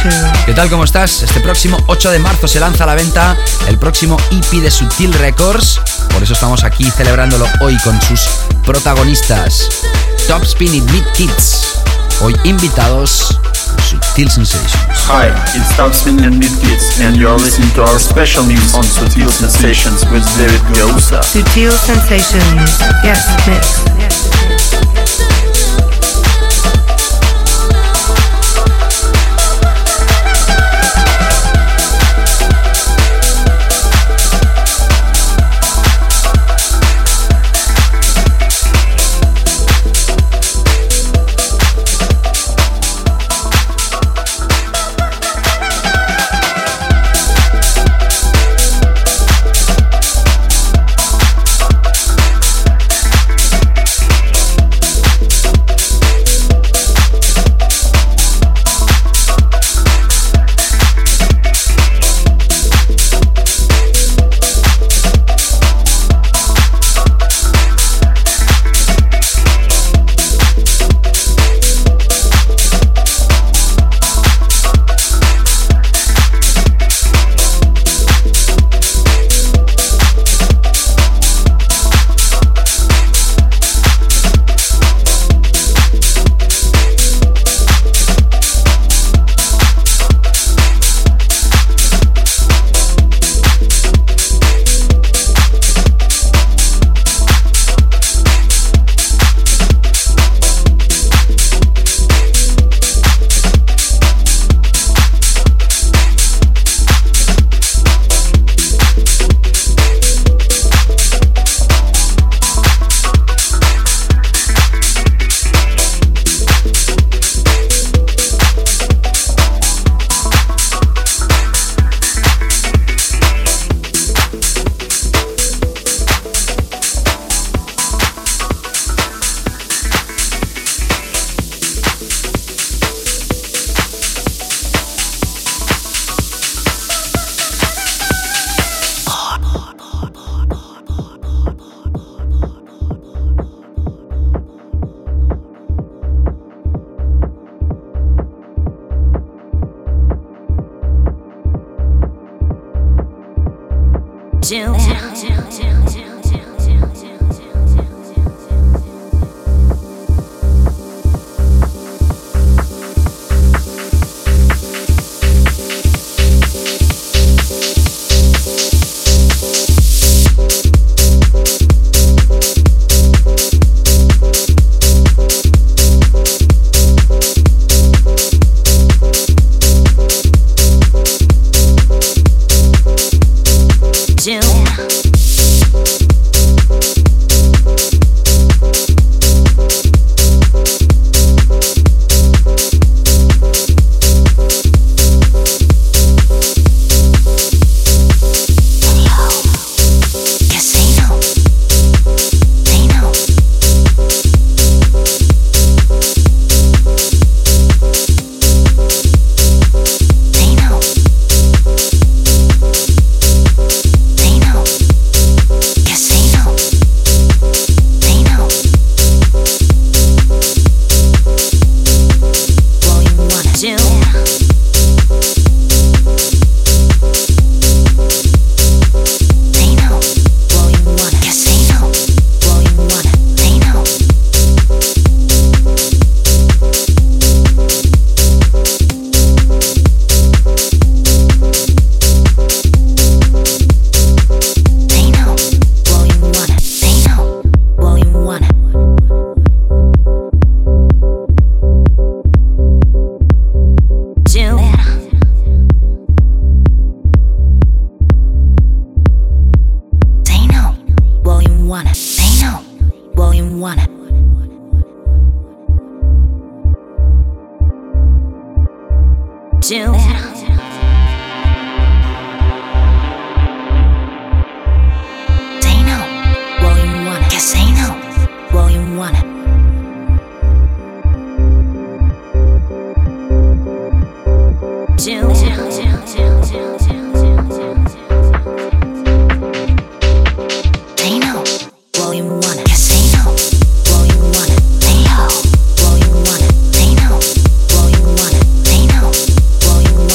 [SPEAKER 3] ¿Qué tal? ¿Cómo estás? Este próximo ocho de marzo se lanza a la venta el próximo E P de Sutil Records. Por eso estamos aquí celebrándolo hoy con sus protagonistas Topspin y Meat Kids. Hoy invitados Sutil Sensations.
[SPEAKER 9] Hi, it's Topspin and Meat Kids, and you're listening to our special mix on Sutil Sensations with David Gausa.
[SPEAKER 1] Sutil Sensations, guest mix.
[SPEAKER 7] Volume one.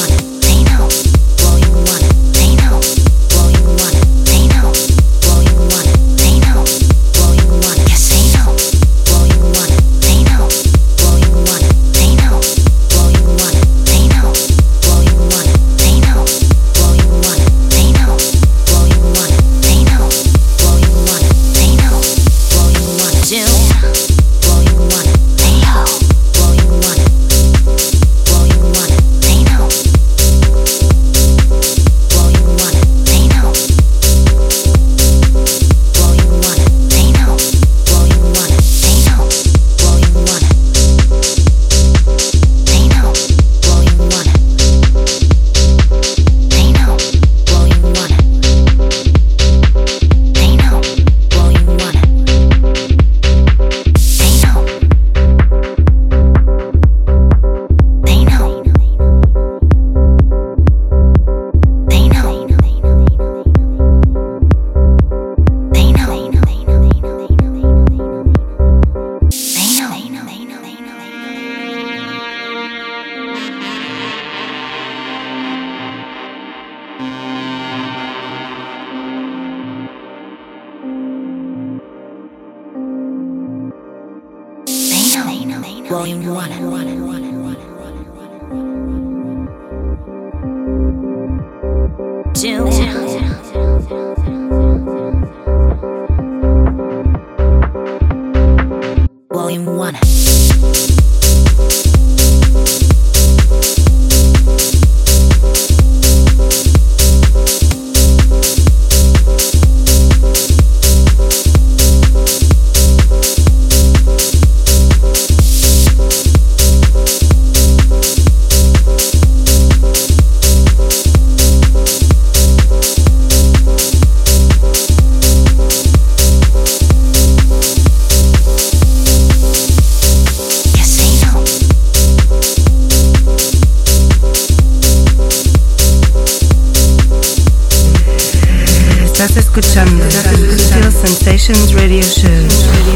[SPEAKER 7] Volume one. Two. Volume one.
[SPEAKER 1] Estás escuchando Sutil Sensations Radio Show.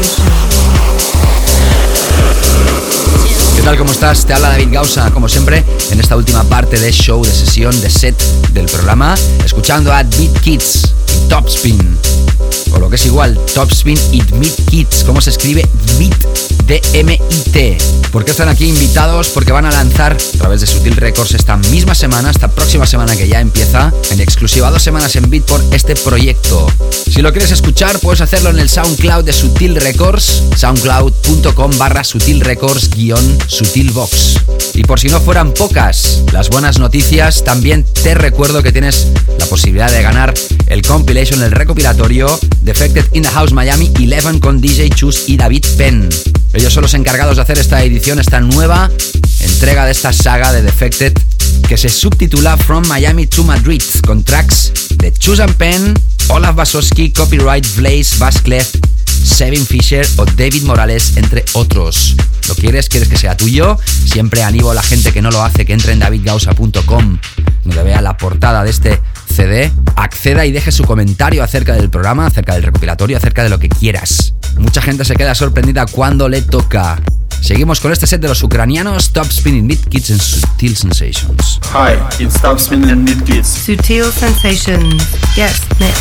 [SPEAKER 3] ¿Qué tal? ¿Cómo estás? Te habla David Gausa, como siempre, en esta última parte de show, de sesión, de set del programa, escuchando a Beat Kids y Topspin. O lo que es igual, Topspin y Beat Kids. ¿Cómo se escribe? Beat, D M I T. ¿Por qué están aquí invitados? Porque van a lanzar a través de Sutil Records esta misma semana, esta próxima semana que ya empieza, en exclusiva dos semanas en Beatport, este proyecto. Si lo quieres escuchar, puedes hacerlo en el SoundCloud de Sutil Records, soundcloud.com barra Sutil Records guión Sutilbox. Y por si no fueran pocas las buenas noticias, también te recuerdo que tienes la posibilidad de ganar el compilation, el recopilatorio Defected in the House Miami once con D J Chus y David Penn. Ellos son los encargados de hacer esta edición, esta nueva entrega de esta saga de Defected, que se subtitula From Miami to Madrid, con tracks de Chus and Penn, Olaf Basowski, Copyright, Blaze, Bass Clef, Sevin Fisher o David Morales, entre otros. ¿Lo quieres? ¿Quieres que sea tuyo? Siempre animo a la gente que no lo hace que entre en david gausa punto com, donde vea la portada de este C D, acceda y deje su comentario acerca del programa, acerca del recopilatorio, acerca de lo que quieras. Mucha gente se queda sorprendida cuando le toca. Seguimos con este set de los ucranianos, Topspin and Beat Kids en Sutil Sensations.
[SPEAKER 9] Hi, it's Topspin and Beat Kids.
[SPEAKER 1] Sutil Sensations. Yes, next.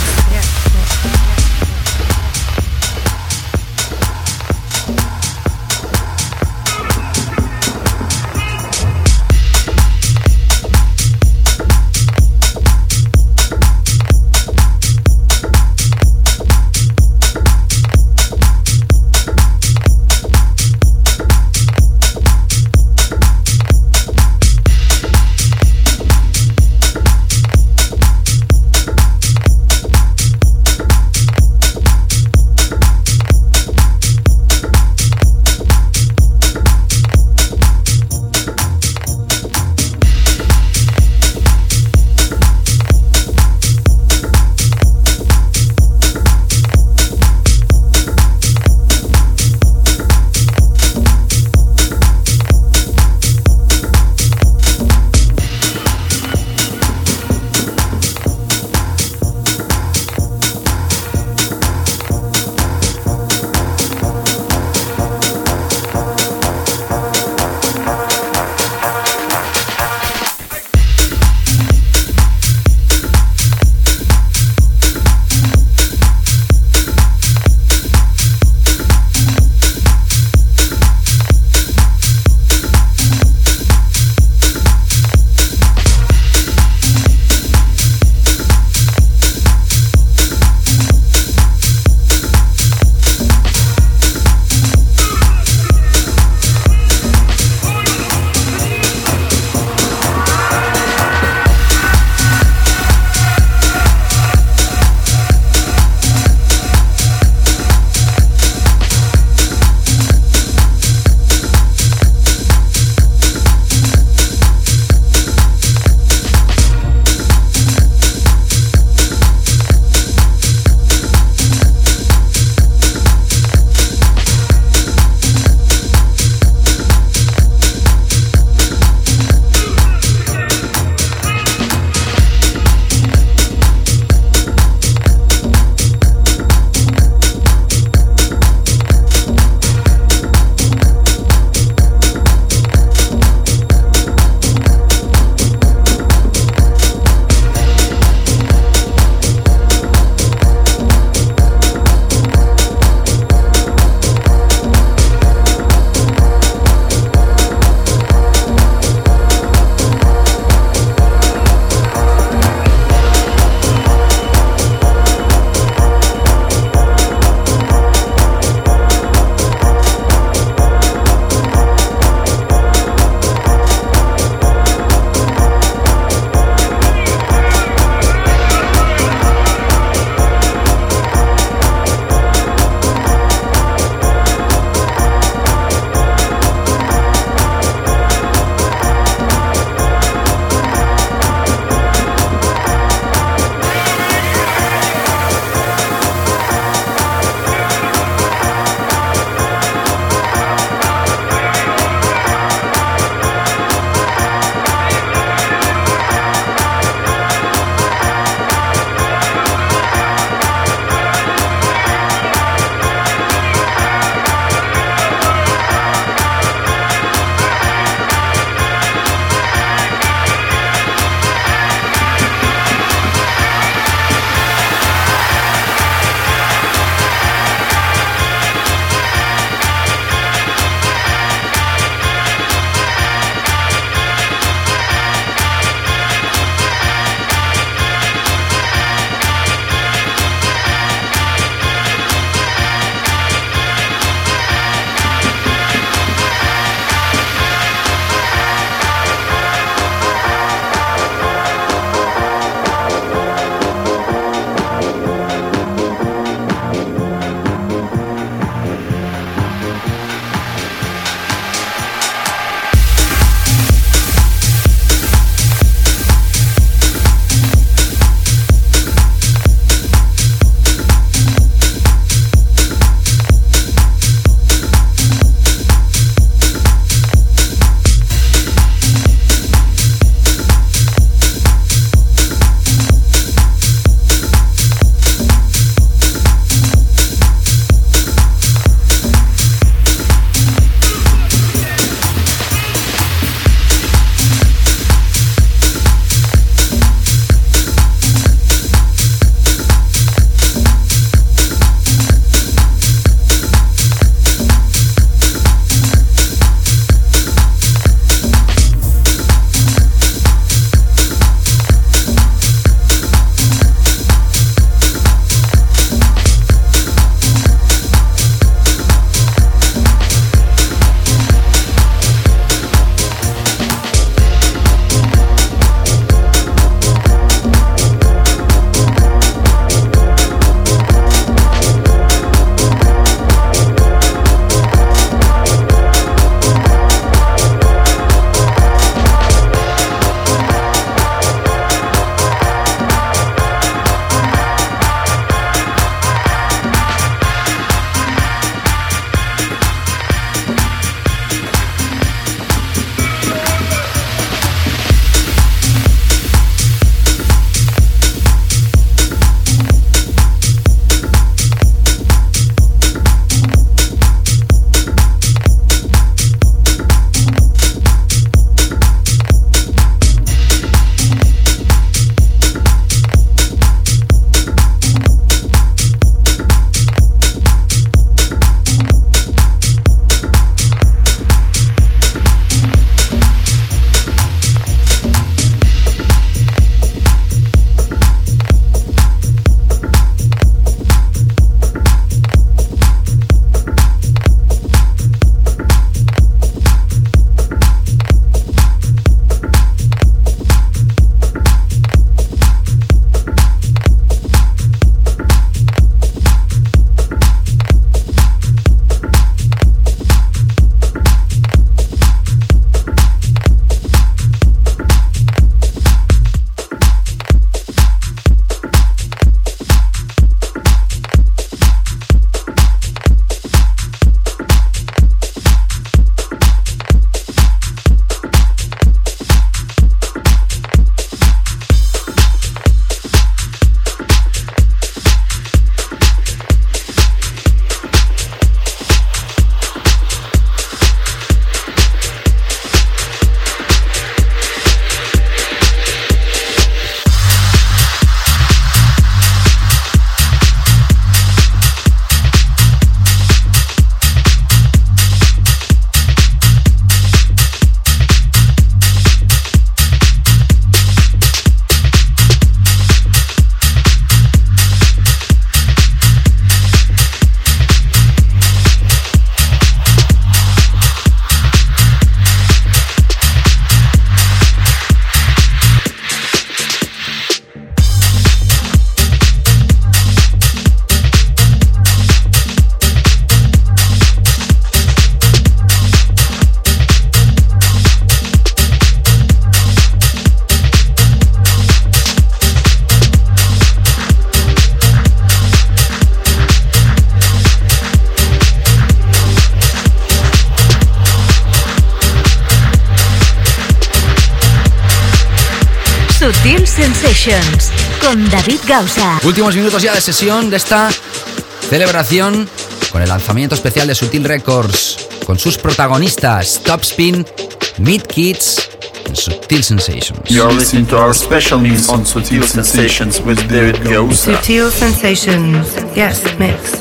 [SPEAKER 2] Sensations con David Gausa.
[SPEAKER 3] Últimos minutos ya de sesión de esta celebración con el lanzamiento especial de Sutil Records, con sus protagonistas Topspin, Meat Kids and Sutil Sensations.
[SPEAKER 9] You're listening to our special mix on Sutil Sensations with David Gausa.
[SPEAKER 1] Sutil Sensations, yes, mix.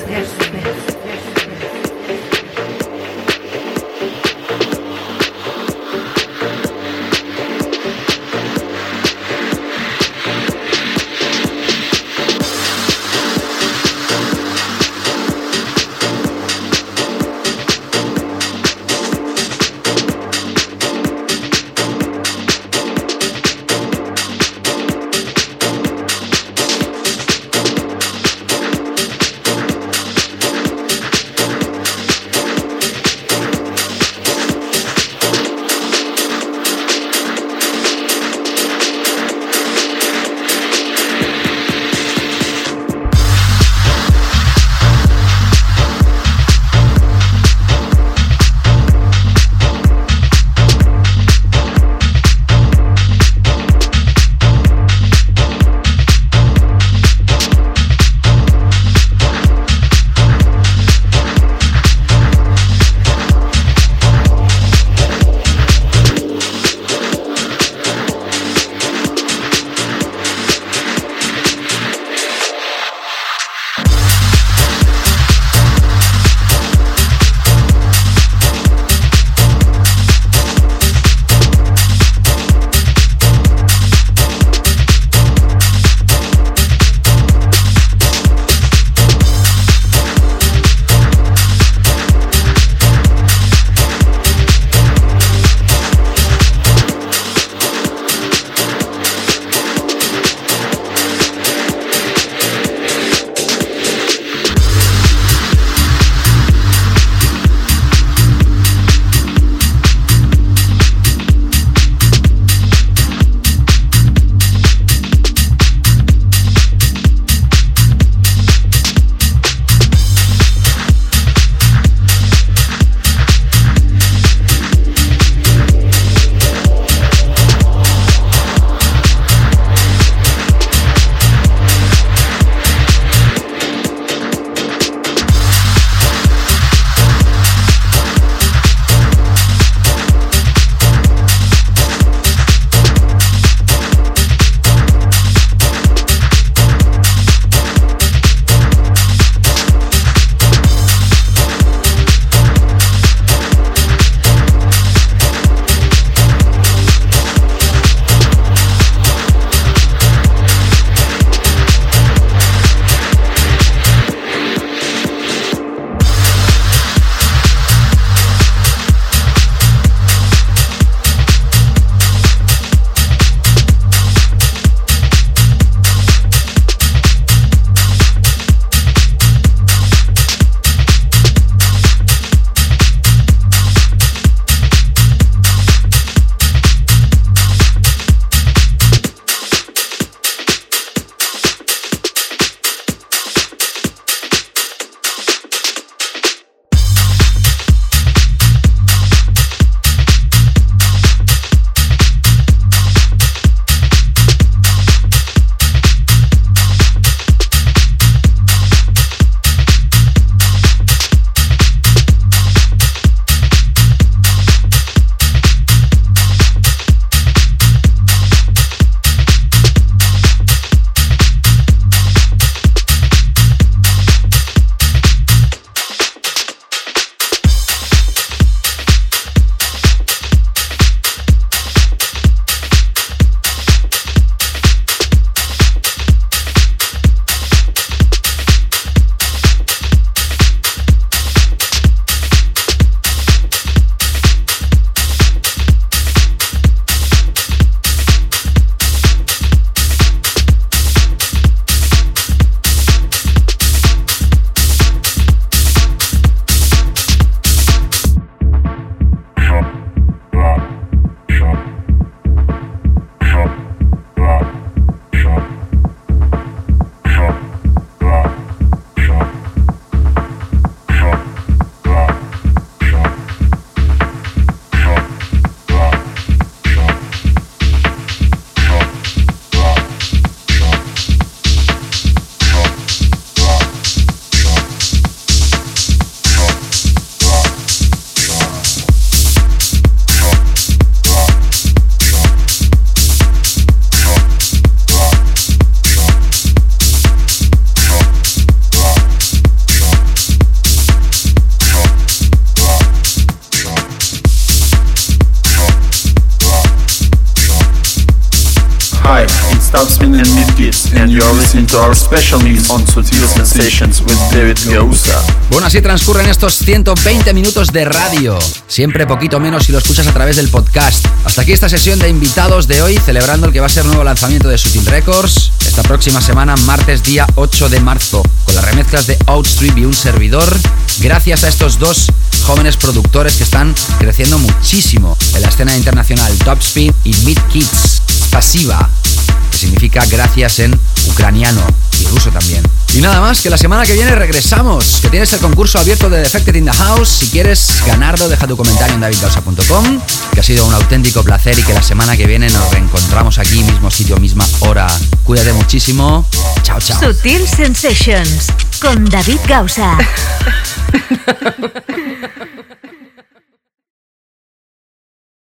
[SPEAKER 9] Topspin and Beat Kids, and you're listening to our special mix on Sutil Sensations with David Gausa.
[SPEAKER 3] Bueno, así transcurren estos ciento veinte minutos de radio. Siempre poquito menos si lo escuchas a través del podcast. Hasta aquí esta sesión de invitados de hoy, celebrando el que va a ser nuevo lanzamiento de Sutil Records esta próxima semana, martes día ocho de marzo, con las remezclas de Outstrip y un servidor. Gracias a estos dos jóvenes productores que están creciendo muchísimo en la escena internacional, Topspin y Beat Kids. Spasiba, que significa gracias en ucraniano y ruso también. Y nada más, que la semana que viene regresamos, que tienes el concurso abierto de Defected in the House. Si quieres ganarlo, deja tu comentario en david gausa punto com, que ha sido un auténtico placer y que la semana que viene nos reencontramos aquí, mismo sitio, misma hora. Cuídate muchísimo. Chao, chao.
[SPEAKER 2] Sutil Sensations con David Gausa.